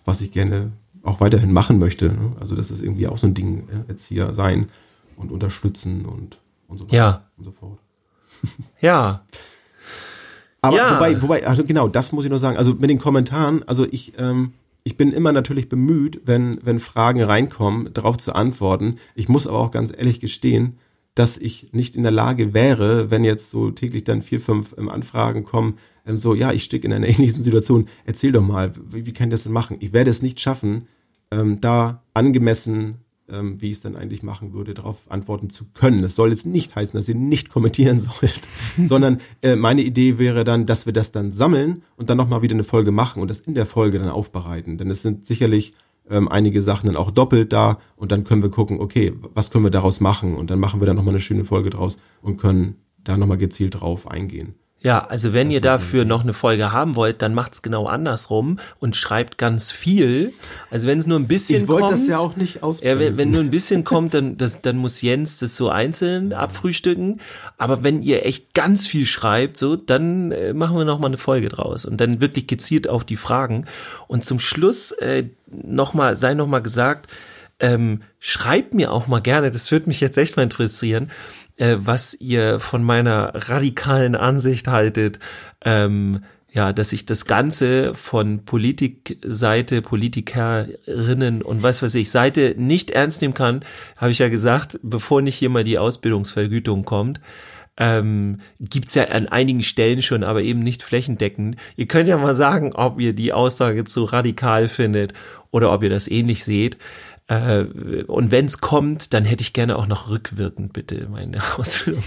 [SPEAKER 3] was ich gerne auch weiterhin machen möchte. Ne? Also das ist irgendwie auch so ein Ding, ja? Erzieher sein und unterstützen und, und so weiter
[SPEAKER 2] ja.
[SPEAKER 3] und so fort.
[SPEAKER 2] Ja.
[SPEAKER 3] Aber
[SPEAKER 2] ja.
[SPEAKER 3] wobei, wobei, also genau, das muss ich nur sagen. Also mit den Kommentaren, also ich, ähm, ich bin immer natürlich bemüht, wenn, wenn Fragen reinkommen, darauf zu antworten. Ich muss aber auch ganz ehrlich gestehen, dass ich nicht in der Lage wäre, wenn jetzt so täglich dann vier, fünf ähm, Anfragen kommen, ähm, so, ja, ich stecke in einer ähnlichen Situation, erzähl doch mal, wie, wie kann ich das denn machen? Ich werde es nicht schaffen, ähm, da angemessen, ähm, wie ich es dann eigentlich machen würde, darauf antworten zu können. Das soll jetzt nicht heißen, dass ihr nicht kommentieren sollt, sondern äh, meine Idee wäre dann, dass wir das dann sammeln und dann nochmal wieder eine Folge machen und das in der Folge dann aufbereiten. Denn es sind sicherlich ähm, einige Sachen dann auch doppelt da und dann können wir gucken, okay, was können wir daraus machen? Und dann machen wir dann nochmal eine schöne Folge draus und können da nochmal gezielt drauf eingehen.
[SPEAKER 2] Ja, also wenn das ihr dafür noch eine Folge haben wollt, dann macht's genau andersrum und schreibt ganz viel. Also wenn es nur ein bisschen
[SPEAKER 3] ich kommt. Ich wollte das ja
[SPEAKER 2] auch
[SPEAKER 3] nicht ausprobieren.
[SPEAKER 2] Ja, wenn, wenn nur ein bisschen kommt, dann, das, dann muss Jens das so einzeln abfrühstücken. Aber wenn ihr echt ganz viel schreibt, so, dann äh, machen wir noch mal eine Folge draus und dann wirklich gezielt auf die Fragen. Und zum Schluss äh, noch mal, sei noch mal gesagt, ähm, schreibt mir auch mal gerne, das würde mich jetzt echt mal interessieren, äh, was ihr von meiner radikalen Ansicht haltet, ähm, ja, dass ich das Ganze von Politikseite, Politikerinnen und was weiß ich, Seite nicht ernst nehmen kann, habe ich ja gesagt, bevor nicht hier mal die Ausbildungsvergütung kommt. Ähm, gibt's ja an einigen Stellen schon, aber eben nicht flächendeckend. Ihr könnt ja mal sagen, ob ihr die Aussage zu radikal findet oder ob ihr das ähnlich seht. Äh, und wenn es kommt, dann hätte ich gerne auch noch rückwirkend bitte meine Ausbildung.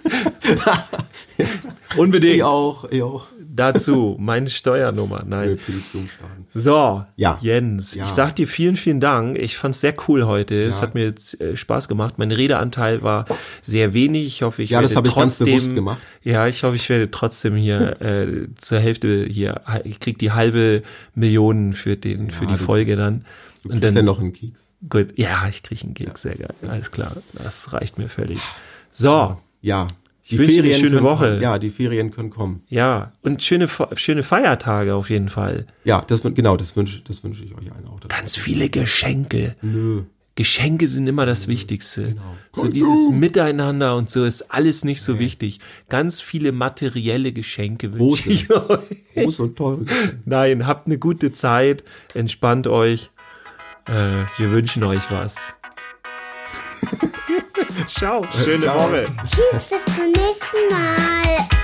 [SPEAKER 2] Unbedingt.
[SPEAKER 3] Ich auch, ich auch.
[SPEAKER 2] Dazu meine Steuernummer. Nein. So, ja. Jens, ja. Ich sag dir vielen, vielen Dank. Ich fand's sehr cool heute. Ja. Es hat mir jetzt äh, Spaß gemacht. Mein Redeanteil war sehr wenig. Ich hoffe, ich ja, werde das trotzdem. Ich ganz bewusst gemacht. Ja, ich hoffe, ich werde trotzdem hier äh, zur Hälfte hier. Ich krieg die halbe Million für den ja, für die Folge bist, dann.
[SPEAKER 3] Du und dann ja noch einen Keks.
[SPEAKER 2] Gut, ja, ich krieg einen Keks, ja. Sehr geil. Alles klar, das reicht mir völlig. So,
[SPEAKER 3] ja.
[SPEAKER 2] Ich die wünsche Ferien eine schöne
[SPEAKER 3] können,
[SPEAKER 2] Woche.
[SPEAKER 3] Ja, die Ferien können kommen.
[SPEAKER 2] Ja, und schöne schöne Feiertage auf jeden Fall.
[SPEAKER 3] Ja, das genau, das wünsche das wünsche ich euch allen auch.
[SPEAKER 2] Ganz viele Geschenke.
[SPEAKER 3] Nö.
[SPEAKER 2] Geschenke sind immer das Nö. Wichtigste.
[SPEAKER 3] Genau.
[SPEAKER 2] So Konsum. Dieses Miteinander und so ist alles nicht so nee. wichtig. Ganz viele materielle Geschenke wünsche ich euch.
[SPEAKER 3] Groß und teure Geschenke.
[SPEAKER 2] Nein, habt eine gute Zeit, entspannt euch. Äh, wir wünschen euch was. Ciao, schöne
[SPEAKER 3] Ciao.
[SPEAKER 2] Woche.
[SPEAKER 1] Tschüss, bis zum nächsten Mal.